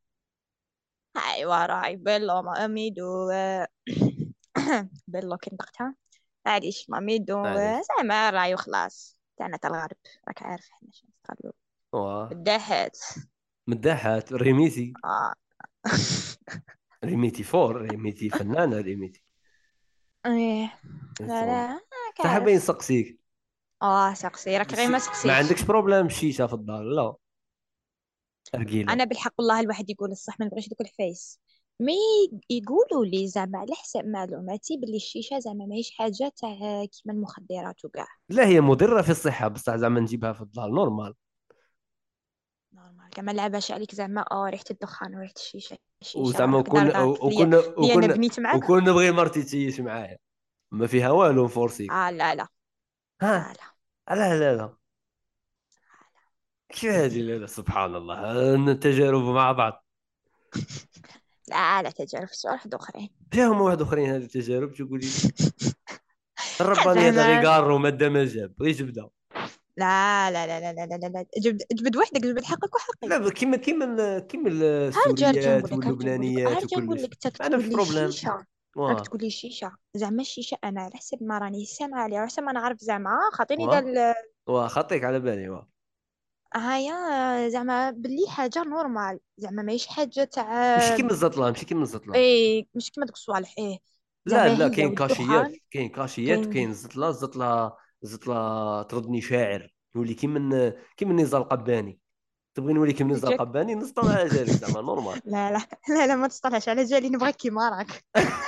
ايوا راي بيلو ما ميدو. بيلو كي نطقتها معليش ما ميدو. معليش. زعما راي وخلاص تاعنا تاع الغرب. راك عارف حنا شنو نستغلو. واه. بالداحات. مداحات ريميتي. اه. ريميتي فور ريميتي فنانه ريميتي. ايه. لا والله. لا راك صح باين عارف. سقسيك. سقسي راك غير ما ما سقسيتش. عندكش بروبليم الشيشه في الدار لا؟ ارجيله. انا بالحق والله الواحد يقول الصح ما نبغيش دوك الحفايس. مي يقولوا لي زعما على حسب معلوماتي باللي الشيشه زعما ماهيش حاجه تاع كيما المخدرات وكاع. لا هي مضره في الصحه بصح زعما نجيبها في الدار نورمال. نورمال كما لعباش عليك زعما ريحه الدخان وريحه الشيشه. الشيشه وزعما راك دار دار ليا. انا بنيت معاك. نبغي مرتي تعيش معايا ما فيها والو نفورسيك. لا لا لا ها. لا. لا. كيف هذه؟ لا سبحان الله التجارب مع بعض. لا لا تجارب في واحد اخرين. فيهم واحد اخرين هذه التجارب تقولي لي. الرباني هذا غير زعما. قارو ماده ما جاب غير جبده. لا لا لا لا لا لا لا جبد وحدك جبد حقك وحقي. لا كيما هرجع نقول السوريات لك واللبنانيات هرجع نقول وكلش. لك تاك ما عندهمش تقول لي بروبليم. الشيشه. راك واه. تقول لي الشيشه زعما الشيشه انا على حسب ما راني سامعه عليها على حسب ما نعرف زعما خاطيني واه قال. خطيك على بالي واه. هيا زعما باللي حاجه نورمال زعما ماهيش حاجه تاع. ماشي كيما الزطله. ايه مش كيما دوك الصوالح ايه. لا زعما لا هي كاين كاشيات والدخان. كاين كاين. زطله تردني شاعر نولي كيما نزار القباني. تبغي نولي كيما نزار جاك. القباني نسطل على جالك زعما نورمال. لا لا لا لا ما تصطلحش على جالي نبغيك كيما راك.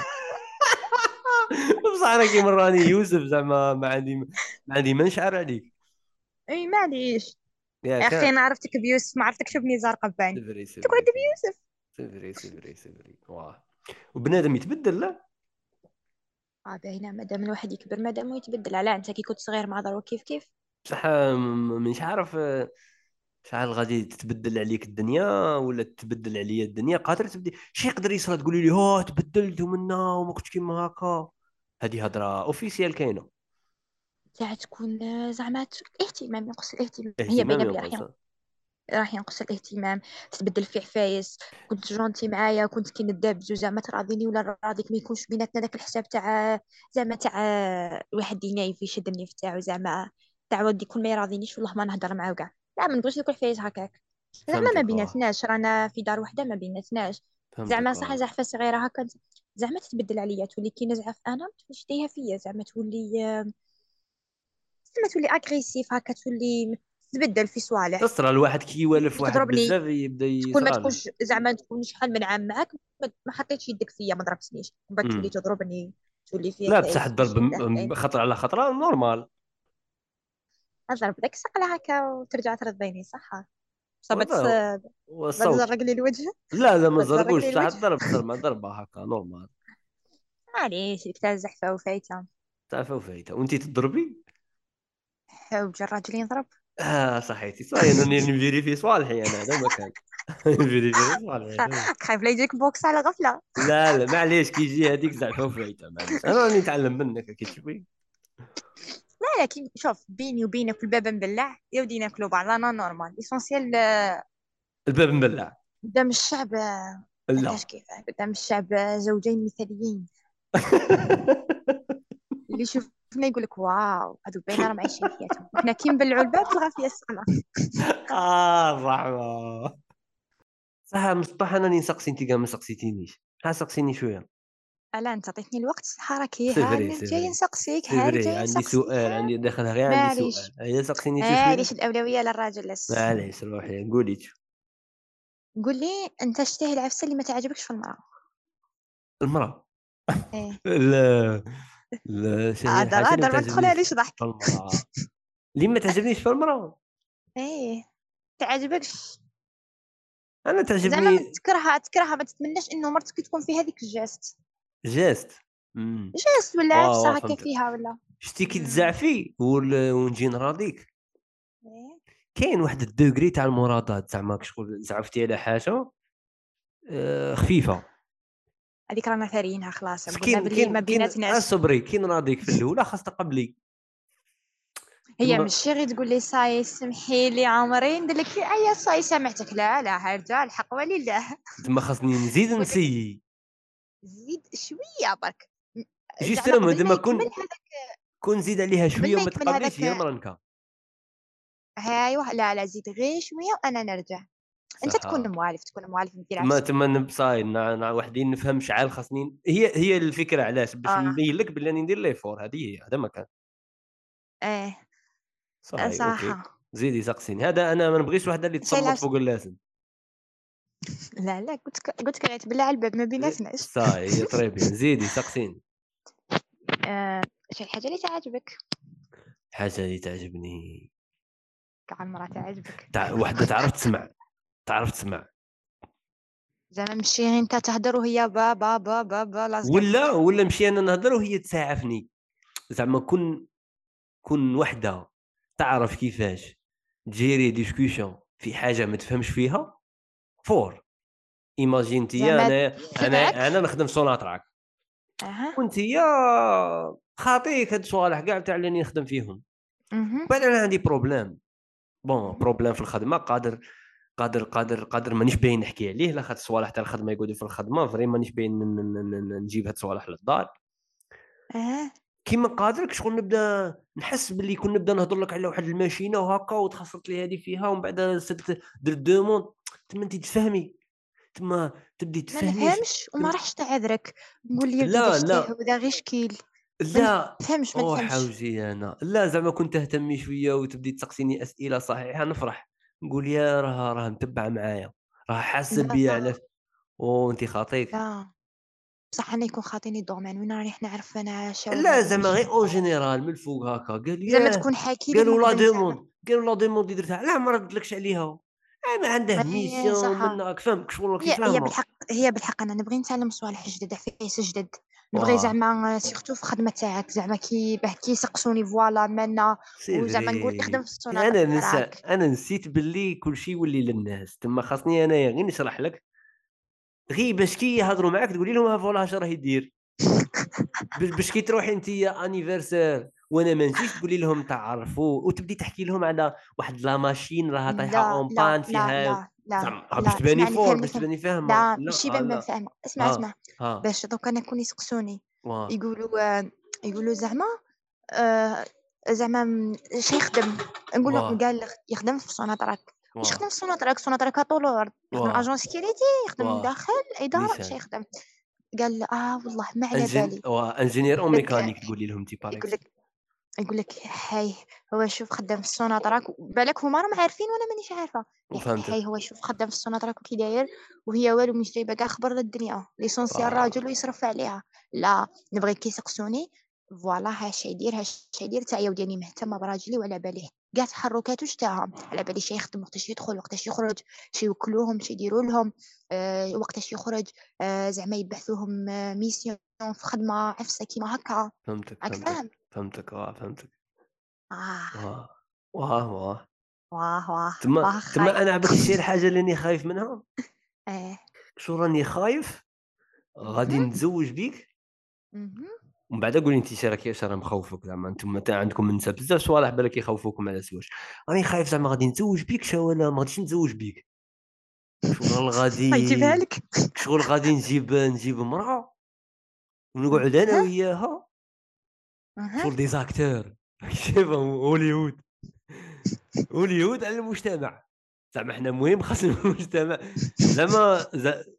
بصح انا كيما راني يوسف زعما ما عندي ما نشعر عليك. اي معليش. يا اختي ياك. انا عرفتك بيوسف ما عرفتكش بني زار قباني. سيفري تقعد سيفري سيفري بيوسف. سيفري واه. وبنادم يتبدل لا. باينه مادام الواحد يكبر مادام يتبدل على انت كي كنت صغير مع ضرو كيف. بصح مش عارف شحال غادي تتبدل عليك الدنيا ولا تتبدل عليا الدنيا قادر تبدي شي يقدر يصرى تقولي لي تبدلت ومنا وما كنتش كيما هكا. هذه هضره اوفيسيال كاينه. تاع تكون زعما اهتمام ينقص الاهتمام هي اهتمام باينه بلي ينقص. راح ينقص الاهتمام. تتبدل في عفايس. كنت جونتي معايا كنت كي ندابزو زعما تراضيني ولا راضيك ما يكونش بيناتنا داك الحساب تاع زعما تاع الواحد ينايف يشد النيف تاعو زعما تعود يكون ما يراضينيش والله ما نهضر معاه كاع. لا ما نبغيش يكون فايت هكاك. زعما ما فهمتك بيناتناش، رانا في دار وحده ما بيناتناش. زعما فهمتك صح زحفه صغيره هكا، زعما تتبدل عليا تولي كي نزعف انا ما توليش ديها فيا، زعما تولي اغريسيف هكا، تولي تتبدل في صوالح. تصرى الواحد كي يوالف تولي واحد تضربني، بزاف يبدا تكون ما يصرى له. تكونش زعما تكون شحال من عام معاك ما حطيتش يدك فيا ما ضربتنيش، من بعد تولي امم تضربني، تولي لا فيك بصح عز الضرب شده كاين. خطره على خطره نورمال. اضرب داك السقله هكا وترجع ترضيني صح. صابت وهذا بعد والصوت. زرق لي الوجه. لا ما بعد زرق زرقوش لي بصح الوجه. الضرب زعما ضربه هكا نورمال. معليش ديك تاع الزحفه وفايته. تعرفي وفايته وانت تضربي. حوج الراجل يضرب. صحيتي صاي انا نفيري في صالحي انا هذا ما كان. نفيري في صالحي هذا. خايف لا يجيك بوكس على غفله. لا معليش كي يجي هذيك زعفه وفايته معليش انا راني نتعلم منك كي تشوفي. لا لكن شوف بيني وبينك الباب مبلع يا ودي ناكلوا بعض انا نورمال ليسونسيال. الباب مبلع. قدام الشعب ما لا. عرفتش كيف، قدام الشعب زوجين مثاليين اللي يشوفنا يقول لك واو هادو باينه راهم عايشين حياتهم، وحنا كي نبلعوا الباب تلغى فيها السقله. الرحمه. صح مصباح انا نسقسي انت كاع ما سقسيتينيش. سقسيني شويه. الا انت عطيتني الوقت حركي، سي ها فري أنا سي جاي فري نسقسيك، سي ها أنا فري جاي عندي نسقسيك، سؤال ها. عندي داخلها غير عندي سؤال معليش هيا سقسيني شويه. معليش الأولوية للراجل. معليش روحي قولي قول لي انت شتاهي العفسه اللي ما تعجبكش في المراه؟ المرأة. ايه. لا لا هي هذا الحاجة اللي ما هذا ما تعجبنيش تدخلها ضحك. في المرأة. اللي ما تعجبنيش في المرأة. ايه تعجبكش. أنا زعما ما تعجبني تكرهها ما تتمناش انه مرتك تكون في هذيك الجاست. جاست. جاست ولا عفسه هكا فهمتك. فيها ولا. شتي كي مم. تزعفي ونجي نراضيك. ايه. كاين واحد الدوغري تاع المراضات زعما شغل زعفتي على حاجة خفيفة. هذيك رانا ثاريينها خلاص، قلنا كاين باللي ما كاين كاين بيناتناش. صبري كي نراضيك في الاولى خاص تقبلي. هي تما ماشي غير تقول لي صاي سمحي لي عمري ندير لك اي صاي سامحتك، لا لا هرجع الحق ولله. تما خاصني نزيد نقول لك نسيي. زيد شويه برك. زعما جيستومون قبل ما تما يكمل كون هذاك، كون نزيد عليها قبل شوية ما وما يكمل تقبليش هي هذاك. المرنكة. ايوه لا لا زيد غير شويه وانا نرجع. انت صح. تكون موالف دير تما عفسه. تما نبصاي وحدين نفهم شحال خاصني هي الفكره علاش باش اه. نبين لك بلي راني ندير لي فور هذه هي هذا ما كان. ايه. صاي اوكي. صح. زيدي سقسيني هذا انا ما نبغيش وحده اللي شي تصمت العفسه. فوق اللازم. لا لا قلت لك غير تبلع الباب ما بيناتناش. صاي هي طري بيان زيدي سقسيني. آه. شي الحاجه اللي تعجبك؟ حاجه اللي تعجبني. كاع المراه تعجبك. وحده تعرف تسمع. زعما ماشي غير انت تهدر وهي با با با با با لاصقه فيك. ولا نمشي انا نهضر وهي تساعفني. زعما كون وحده تعرف كيفاش تجيري ديسكوسيون في حاجه ما تفهمش فيها فور. ايماجين تيا زعما انا نخدم سوناتراك اها. وانت يا خاطيك هاد الصوالح كاع تاع اللي نخدم فيهم. اها. بعد انا عندي بروبليم في الخدمه قادر مانيش باين نحكي عليه لا خاطر الصوالح تاع الخدمه يقعدوا في الخدمه فري مانيش باين نجيب هاد الصوالح للدار. اها. كيما قادرك شغل نبدا نحس باللي كون نبدا نهضر لك على واحد الماشينه وهكا وتخسرت لي هذه فيها ومن بعد درت دوموند تما انت تفهمي تما تبدي ما تفهمي نفهمش وما راحش تعذرك، نقول لي ودي لا داش تاعو لا ذا غير شكيل. ما لا نفهمش. حوجي انا لا زعما كنت تهتمي شويه وتبدي تسقسيني اسئله صحيحه نفرح نقول يا راه متبعه معايا راه حاسه لا بيا علاش وانت خاطيك. لا بصح انا يكون خاطيني الدومين وين راني حنا عارفه انا لا شاورما زعما وش غير اون جينيرال من الفوق هكا قال زعما ياه تكون حاكي لي بنقدر نفهمك. قالوا لا دوموند اللي درتها لا ما ردلكش عليها ما عنده ايه ميسيون صح. منك فهمك شغل كي هي فاهمه. بالحق، هي بالحق انا نبغي نتعلم صوالح جدد عفايس جدد. نبغي واه زعما سيرتو في الخدمه تاعك زعما كي باه كي يسقسوني فوالا مالنا، سي وزعما نقول فري. اخدم في السوناطه راك. انا نسيت باللي كل شيء يولي للناس تما خاصني انايا غير نشرح لك غير باش كي يهضروا معاك تقولي لهم ها فوالا اش راه يدير باش كي تروحي انت انيفرسير وانا ما نجيش تقولي لهم تعرفوا وتبدي تحكي لهم على واحد لا ماشين راها طايحه لا اون لا بان لا فيها لا لا زعما باش لا تباني اسمعني فور فهمني باش فهم. تباني فاهمه لا ماشي لا بان لا فاهمه، اسمع. ها ها باش دوكا انا يكون يسقسوني وا يقولوا زعما آه زعما شي يخدم، نقول له واه قال يخدم في سوناطراك. واش واه يخدم في سوناطراك؟ سوناطراك طولور يخدم واه اجون سيكوريتي، يخدم واه داخل اداره، نيسان شي يخدم. قال والله ما على بالي. انجينير او لك ميكانيك تقولي لهم تي يقول باريكس. لك يقول لك حي هو شوف خدام في السوناطراك، بالك هما راهم عارفين وانا مانيش عارفه. يقول لك حي وفهمتك. هو شوف خدام في السوناطراك وكي داير، وهي والو مش جايبه كاع خبر للدنيا، ليسونسيال راجل ويصرف عليها. لا نبغي كي يسقسوني فوالا هاش يدير هاش يدير تاع يا ودياني مهتمه براجلي وعلى باليه كاع تحركاته تاعهم، على بالي شي يخدم وقتاش يدخل وقتاش يخرج، شي يوكلوهم شي يديروا لهم، وقتاش يخرج، زعما يبعثوهم ميسيون في خدمه عفسه كيما هكا. فهمتك راك فهمتك فاهم؟ فهمتك فهمتك. آه واه واه واه واه واه واه تما خايب. انا عباك الشيء الحاجه اللي راني خايف منها. آه. شو راني خايف غادي مهم. نتزوج بيك مهم. ومن بعد قولي انت شي راه مخوفك زعما انتم تا عندكم نساء بزاف صوالح بالك يخوفوكم على الزواج. راني خايف زعما غادي نتزوج بيك ولا ما غاديش نتزوج بيك. شغل ما يجيبها غادي لك. شغل غادي نجيب امراه ونقعد انا ها. وياها اها. شغل دي زاكتور شوف هوليوود هوليوود على المجتمع. زعما حنا مهم خاصنا المجتمع زعما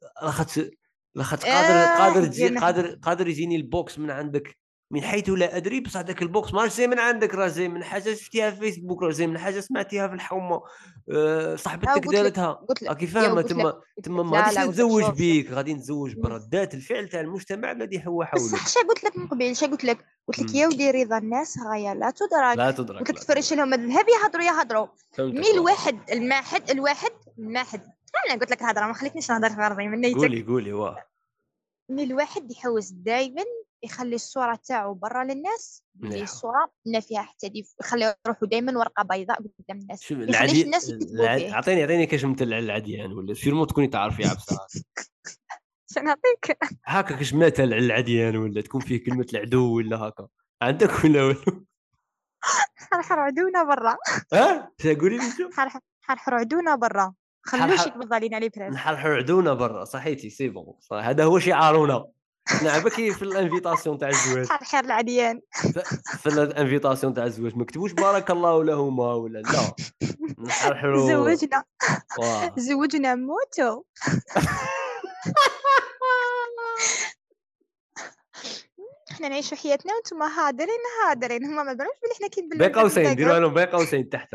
لاخاطش قادر تجي جنح. قادر يجيني البوكس من عندك من حيث لا ادري، بصح داك البوكس ماش جاي من عندك، راه جاي من حاجه شفتيها في فيسبوك، راه جاي من حاجه سمعتيها في الحومه، ها صاحبتك قلت لك دارتها قلت لك راكي يا فاهمه. قلت لك تما ما لا غاديش لا قلت لك نتزوج شوف شوف. بيك، غادي نتزوج بردات الفعل تاع المجتمع الذي هو حولك. بصح شا قلت لك من قبيل، شا قلت لك مم. يا ودي رضا الناس غايه لا تدرك. لا قلت تدرك لك لا تفرش تدرك. لهم الذهب يهضروا مي فهمتك الواحد الماحد. انا قلت لك الهضره ما خليتنيش نهضر في غرضي من قولي نيتك. قولي واه. مي الواحد يحوس دائما يخلي الصورة تاعو برا للناس، اللي مليحه. الصورة ما فيها حتى يخلي روحو دائما ورقة بيضاء قدام الناس، شوف ما يخليش العادي الناس يكذبوا فيه. عطيني كاش مثل على العديان ولا سيرمو تكوني تعرفي عبسه شنو نعطيك؟ هكا كاش مثل على العديان ولا تكون فيه كلمه العدو ولا هكا عندك ولا والو. حرحر عدونا برا. ها قولي لي شوف. حرحر عدونا برا، خلوش حرحر يقبض علينا لي بريس. نحرحر عدونا برا صحيتي سي بون صح هذا هو شعارنا. حنا عبا كي في الانفيتاسيون تاع الزواج حرحر العديان. في الانفيتاسيون تاع الزواج ما كتبوش بارك الله لهما ولا لا نحرحروا. زوجنا واه زوجنا موتو. احنا نعيشوا حياتنا وانتم هادرين هما ما بالهمش بلي احنا كاين بين باللعبة قوسين ديروها بالباكاب. لهم بين قوسين تحت.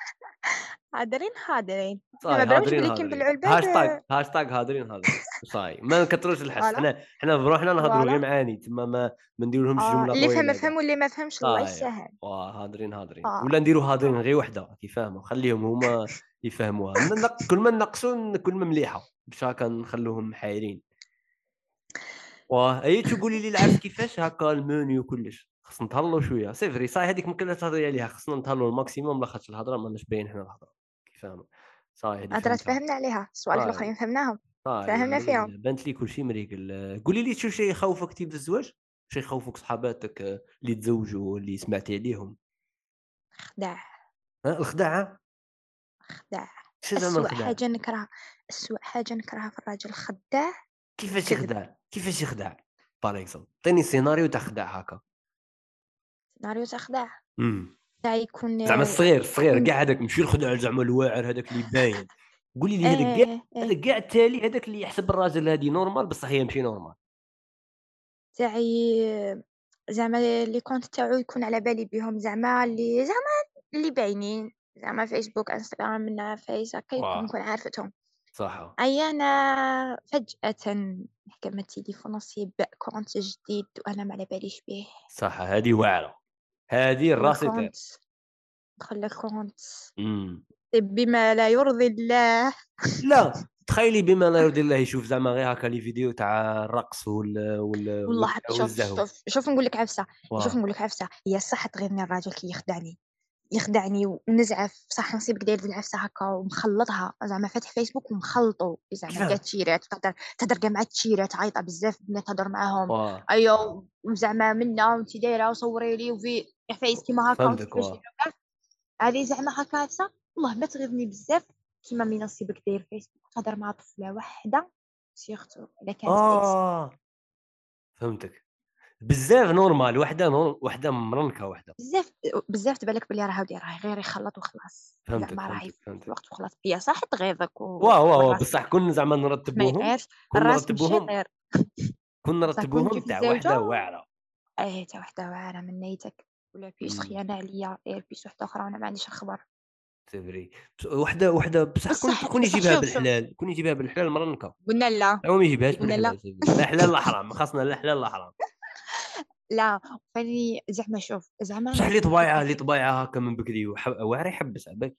هادرين احنا ما صاي بالهمش هادرين بلي كاين هادرين بالعلباب. هاشتاغ هادرين صاي ما نكثروش الحس. فوالا حنا بروحنا نهضروا غير فوالا. معاني تما ما نديرو لهمش جمله اللي طويله فهم كاع. واللي ما فهمش الله صاي يسهل. هادرين اه ولا نديرو هادرين غير وحده كي فاهموا خليهم هما يفهموها كل ما نقصوا كل ما مليحه باش هكا نخلوهم حايرين. واه اي تقولي لي العرس كيفاش هكا المنيو كلش خصنا نتهلوا شويه سي فري صاي هذيك ممكن تهضري عليها خصنا نتهلوا الماكسيموم لاخاطش الهضره ماناش باين حنا الهضره كي فاهمه. صاي هذه هضرة فهمتها. تفهمنا عليها، الصوالح صاي الاخرين فهمناهم، فهمنا فيهم. مريقل بانت لي كلشي مريقل. قولي لي شو شي يخوفك تي في الزواج، شي يخوفك صحاباتك اللي تزوجوا اللي سمعتي عليهم. خداع. الخداع. خداع. شو زعما أسوأ الخداع؟ حاجة نكرهها، أسوأ حاجة نكرهها في الراجل خداع. كذب. كيفاش يخدع باغ اكزومبل عطيني سيناريو تاع خداع هكا. سيناريو تاع خداع امم تاع يكون زعما الصغير كاع هذاك ماشي الخداع زعما الواعر هذاك اللي باين. قولي لي هذاك كاع التالي هذاك اللي يحسب الراجل هذه نورمال بصح هي ماشي نورمال. تاعي زعما لي كونت تاعو يكون على بالي بهم، زعما اللي باينين، زعما فيسبوك انستغرام من فيس هكا واه نكون عارفتهم. صح أنا فجأة محكمة التليفون نصيب كونت جديد وأنا ما على باليش به. صح هذه واعره هذه دخل الراس يطير. الكونت دخل الكونت امم بما لا يرضي الله. لا تخيلي بما لا يرضي الله يشوف زعما غير هكا لي فيديو تاع الرقص والله والزهو. شوف نقول لك عفسة. واه هي صح تغيرني الراجل كي يخدعني ونزعف صح نصيب كدا يدير العفسة هكا ومخلطها، زعما فاتح فيسبوك ومخلطو زعما كاع كيفاه تشيرات، تهدر كاع مع التشيرات، عايطه بزاف بنات تهضر معاهم. واه ايوا وزعما منا وانت دايره وصوري لي وفي فايس كيما هكا وانت فهمتك كيفاش واه دايره كاع. هذه زعما هكا عفسة والله ما تغيظني بزاف. كيما من نصيبك داير فيسبوك تهضر مع طفله واحده سيرتو الا كانت اكس. اه فهمتك. بزاف نورمال، وحده مرنكه وحده. بزاف بزاف تبالك بلي راه راهي غير يخلط وخلاص، فهمتك زعما راهي فهمتك في فهمتك. الوقت وخلاص. هي صح تغيظك واه والراس بصح كون زعما ما نرتبوهم، يعرف، الراس ماشي يطير. كون بصح كون تجي نرتبوهم في تاع الزوجة وحده واعره. تا وحده واعرة من نيتك، ولا بيس امم خيانة عليا غير بيس وحدة أخرى وأنا ما عنديش الخبر. تبري وحده بصح كون بصح يجيبها شوف بالحلال، كون يجيبها بالحلال مرنكه. قلنا لا، هو ما يجيبهاش قلنا لا. بالحلال سيدي، لا حلال لا حرام، خاصنا لا حلال لا حرام. لا فاني زعما شوف زعما بصح أنا اللي كنت طبيعه، عارف هكا من بكري واعر يحبس عباك.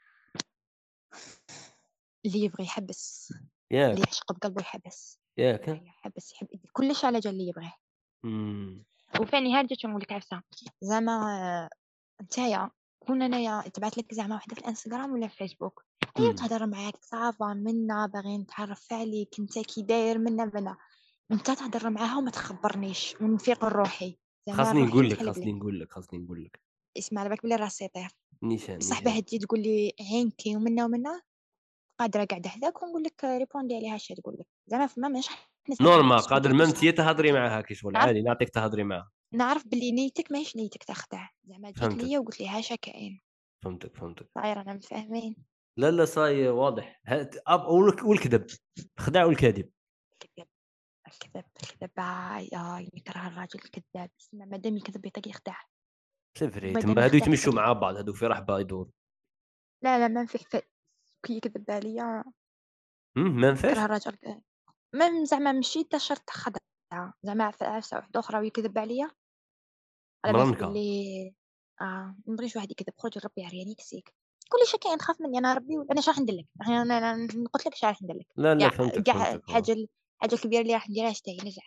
اللي يبغي يحبس، اللي ياك يعشق بقلبه يحبس. ياك. والله يحبس، يحب يدير كل شيء على جال اللي يبغيه. امم وفاني هاد جيت نقول لك عفسه زعما نتايا كون انايا تبعت لك زعما وحده في الانستغرام ولا في فيسبوك، هي تهضر معاك صافا منا باغي نتعرف عليك انت كي داير منا انت تهضر معاها وما تخبرنيش ونفيق روحي، زعما خاصني روحي نقول لك، نتخلق لك. خاصني نقول لك. اسمع على بالك بلي راسي يطير. بصح نيشان. باه تجي تقول لي عينكي ومنا قادره قاعده حداك ونقول لك ريبوندي عليها اش تقول لك، زعما فما مش نورمال نسكتو قادر ما كل انت شهر. تهضري معاها كي شغل نعرف عادي، نعطيك تهضري معاها. نعرف بلي نيتك ماهيش نيتك تخدع، زعما جيت فهمتك ليا وقلت لي هاشا كاين فهمتك. صاير انا متفاهمين. لا صاي واضح. والكذب، الخداع والكذب. الكذاب الكذاب يا نكره الراجل الكذاب، اسمع مادام يكذب يطيق يخدع، سيفري ومادام تما هادو يخدع يتمشوا يطيق مع يخدع. بعض، هادو في رحبه يدور. لا ما في كي يكذب عليا ما نكره نفاش. الراجل ما زعما ماشي تا شرط خدع، زعما عفسه واحده اخرى ويكذب عليا على بالك مرنكه. باللي ما نبغيش واحد يكذب، خرج ربي عرياني يكسيك. كل شيء كاين تخاف مني انا ربي انا شنو راح ندير لك، انا قلت لك شنو راح ندير لك. لا يا كاع فهمتك الحاجه الكبيره اللي راح نديرها شتاهي نزعل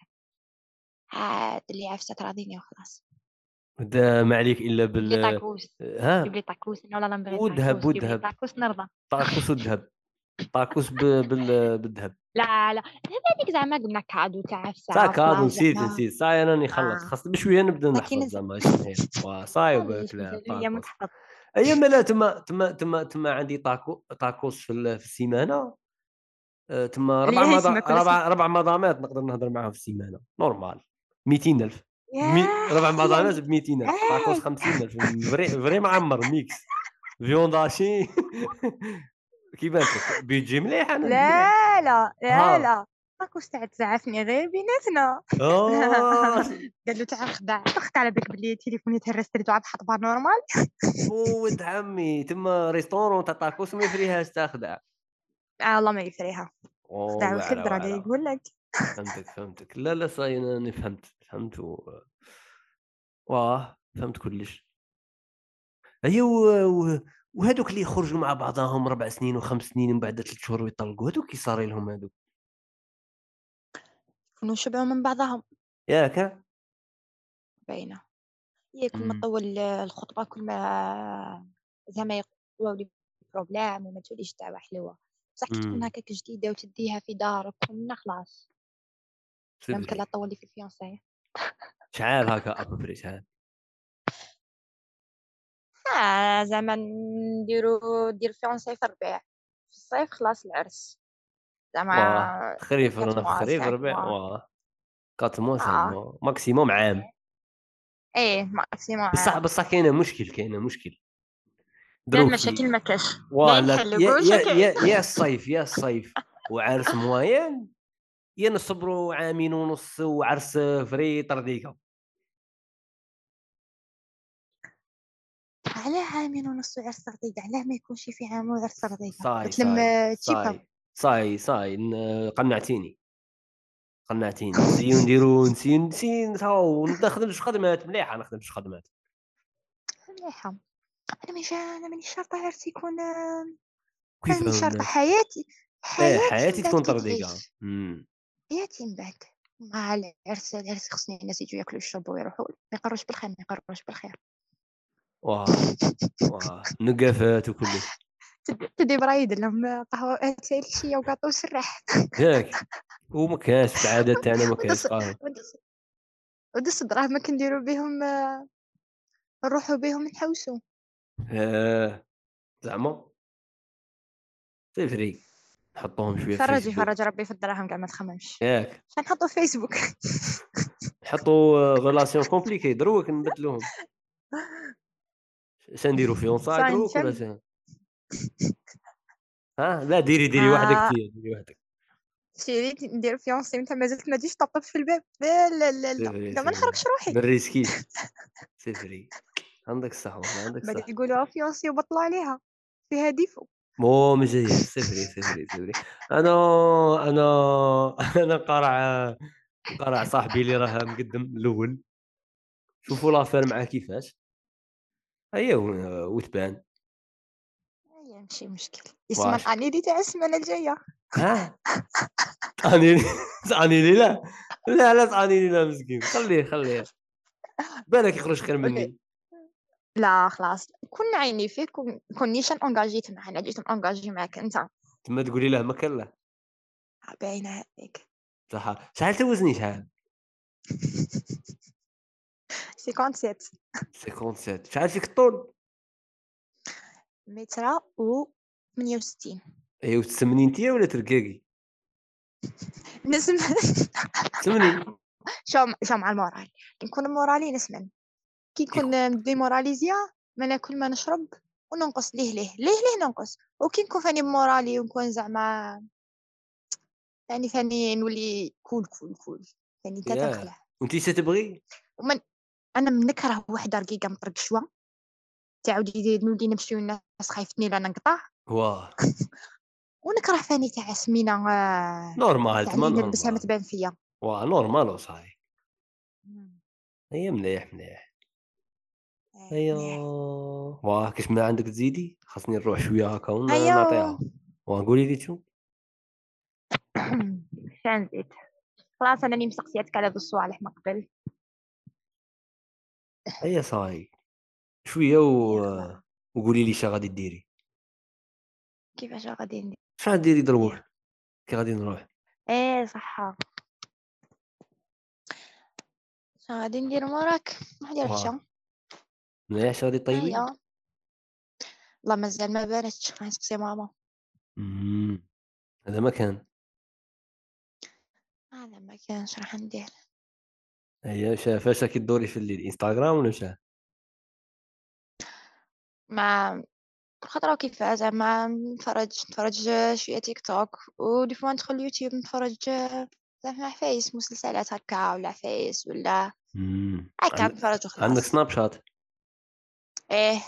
عاد اللي عفسه تراضيني وخلاص. دا ما عليك الا جيب لي بال. طاكوس، جيب ها. لي طاكوس، انا والله نبغي وذهب طاكوس، جيب لي وذهب. طاكوس نرضى. طاكوس والذهب. طاكوس بالذهب. لا هذيك زعما قلنا كادو تاع عفسه كادو، خلاص نسيت زعما. نسيت صاي راني خلط، اه خاص بشويه نبدا لكن نحفظ زعما الشمهير وصايب معليش كلا مازال ليا طاكوس. متحفظ. ايام لا تما عندي طاكوس في السيمانه. تما اللي يسمى كل ربع مضامات نقدر نهضر معاهم في السيمانه نورمال. 200,000. ياه ربع مضامات يعني ب 200,000، طاكوس عاد 50,000. فري معمر ميكس. فيونداشي. كيبانت لك بيجي مليح، انا مليح. لا ها. طاكوس تاع تزعفني غير بيناتنا. اه. قال له تعال خدع ضغط على بالك بلي تليفوني تهرس تريدو عاد حط بار نورمال. ولد عمي تما ريستورون تاع طاكوس ما يفريهاش تاخدع. الله ما يفريها، خدع واعره وخبرة اللي واعره. يقول لك. فهمتك. لا صاي انا فهمت واه فهمت كلش. هي وهذوك اللي يخرجوا مع بعضهم 4 سنين و5 سنين، من بعد 3 شهور ويطلقوا، هذوك كي صار لهم هذوك. يكونوا شبعوا من بعضهم ياك. باينة. هي كل ما امم تطول الخطبة كل ما زعما يقواو لي بروبلام وما توليش دعوة حلوة. بصح كي تكون امم هكاك جديدة وتديها في دارك ومنا خلاص سي يمكن لا فري. تطولي في الفيونساي. شحال هكا ابوبري شحال؟ زعما دير الفيونساي في الربيع، في الصيف خلاص العرس، واه زعما خريف، 4 رانا في موا خريف 5 ربيع. موا. واه 4 موا 5 اه موا ماكسيموم عام. ايه ماكسيموم بصح عام. كاينه مشكل لا المشاكل دروكي. ما كاش لا ولا ينحلوا كل شيء كاين. يا الصيف وعرس موين، يا نصبروا عامين ونص وعرس فري طرديقه. علاه عامين ونص عرس رضيقة، علاه ما يكونش في عام وعرس رضيقة صاي وتلم صاي تشيبها. صاي صاي قنعتيني. نسيو نديرو هاو نخدم في خدمات مليحه، نخدم في خدمات. مليحة. أنا ماني شرطة عرسي يكون كيف ماني شرطة الناس. حياتي، ايه حياتي حياتي من بعد تكون كي طرديقه. تعيش، حياتي من بعد مع العرس خصني الناس يجوا ياكلوا يشربوا ويروحوا، ما يقروش بالخير ما يقروش بالخير. واه نقافات وكلش. تدي برايد لهم قهوة اتاي الشيا وقاطو سرح. ياك. وما كاش في العادات تاعنا ما كاش ودس قهوه. ودس ودس دراهم ما كنديروا بهم نروحوا بهم نحوسوا. آه زعما تفري نحطوهم شويه في يفرج فيسبوك. يفرج ربي في الدراهم كاع ما تخممش. ياك. شنحطوا في فيسبوك. نحطوا غولاسيون كومبليكي دروك نبدلوهم. سنديروا فيونسا دروك ولا شنو؟ ها لا ديري وحدك ديري وحدك. شريت ندير فيونسي انت مازلت ما جيتش طبطب في الباب. لا لا لا لا ما نحركش روحي. ما ريسكيش. سيفري عندك الصح والله عندك بعد الصح. يقولوا فيونسي وبطلوا عليها فيها ديفو. مو مزيان. سيفري انا قارع صاحبي اللي راه مقدم الاول. شوفوا لافير معاه كيفاش هيا وتبان. هي ماشي مشكل يسمى انيدي تاع السمانه الجايه. ها تعني لا تعني لا مسكين. خليه بالك يخرج خير مني. لا خلاص كنا عيني فيه كونيشن انجاجيت معاه. انا جيت انجاجي معاك انت تما تقولي له ما كان له باينه هذيك. صح. شحال توزني شحال؟ 57. شحال فيك الطول؟ متر و 68. ايوا تسمني انت ولا ترقاقي؟ نسمن. سمني شو مع المورال كي نكون مورالي نسمن. كي نكون ديموراليزيا ما ناكل ما نشرب وننقص ليه ننقص. وكي نكون فاني مورالي ونكون زعما ثاني نولي كول ثاني انت تنخلع. وانتي ستبغي ومن انا منكره واحد رقيقه مطرقشوه تعاودي نولي نمشي والناس خايفتني لا نقطع. واه ونكره ثاني تاع سمينه نورمال تاع اللي نلبسها ما تبان فيا. واه نورمال وصاي. هي مليح ايوا واه كاش ما عندك تزيدي خاصني نروح شويه هكا ونعطيها. وقولي لي شو شان زيد خلاص انا مسقسيتك على هاد الصوالح من قبل. هيا صاي شويه وقولي لي شنو غادي ديري. كيفاش غادي ندير؟ شنو غادي ديري دروك كي غادي نروح؟ صح شنو غادي ندير موراك؟ ما نديرش. مليح شنو غادي طيبي؟ والله مازال ما بانتش نسقسي ماما. هذا ما كان راح ندير. هي فاش كدوري في الليل انستغرام ولا شنو؟ ما خاطر كيف زعما نتفرج شويه تيك توك ودي فوا ندخل يوتيوب نتفرج زعما عفايس مسلسلات هكا ولا عفايس ولا هكا نتفرج وخلاص. عندك سناب شات؟ هي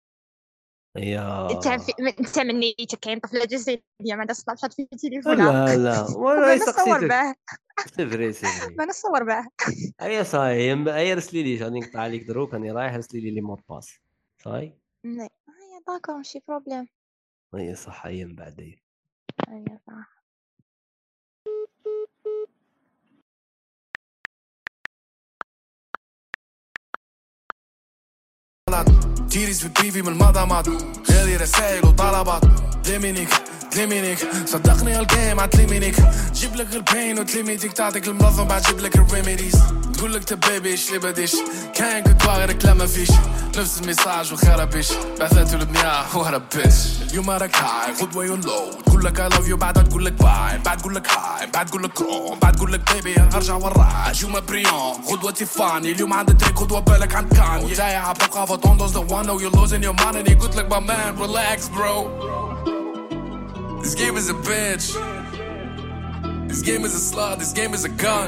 انت من نيتك كاين طفله جزائريه ما عندها سناب شات في التليفون؟ لا ولا يسقسيتك. سيفري ما نصور به. هيا صاي هيا رسلي لي غادي نقطع عليك دروك راني رايح. رسلي لي مود باس صاي. هيا داكور ماشي بروبليم. هيا صح هيا من بعد هيا صح. تيريز في البيفي من المضامات غيري رسائل وطلبات. تليمينيك صدقني هالجيم عتليمينيك. جيب لك البين وتليميتك تعطيك المنظم بعد جيب لك الريميديز. تقول لك تبيبي ايش اللي بديش كان كنت غيرك لما فيش نفس الميساج وخربيش بعثته المياه وهربش. اليوم راك هاي غدوة يولو تقول لك I love you بعد تقول لك باي بعد تقول لك هاي بعد تقول لك كروم بعد تقول لك بيبي ارجع وراج يوم بريون غدوتي فاني اليوم عند تريك غدوة بالك عند كان جاي عبقى فطوندوز the one know you're losing your mind and he قلت لك my man relax bro. This game is a bitch. This game is a slut. This game is a gun.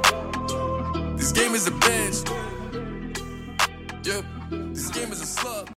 This game is a bitch. Yep. This game is a slut.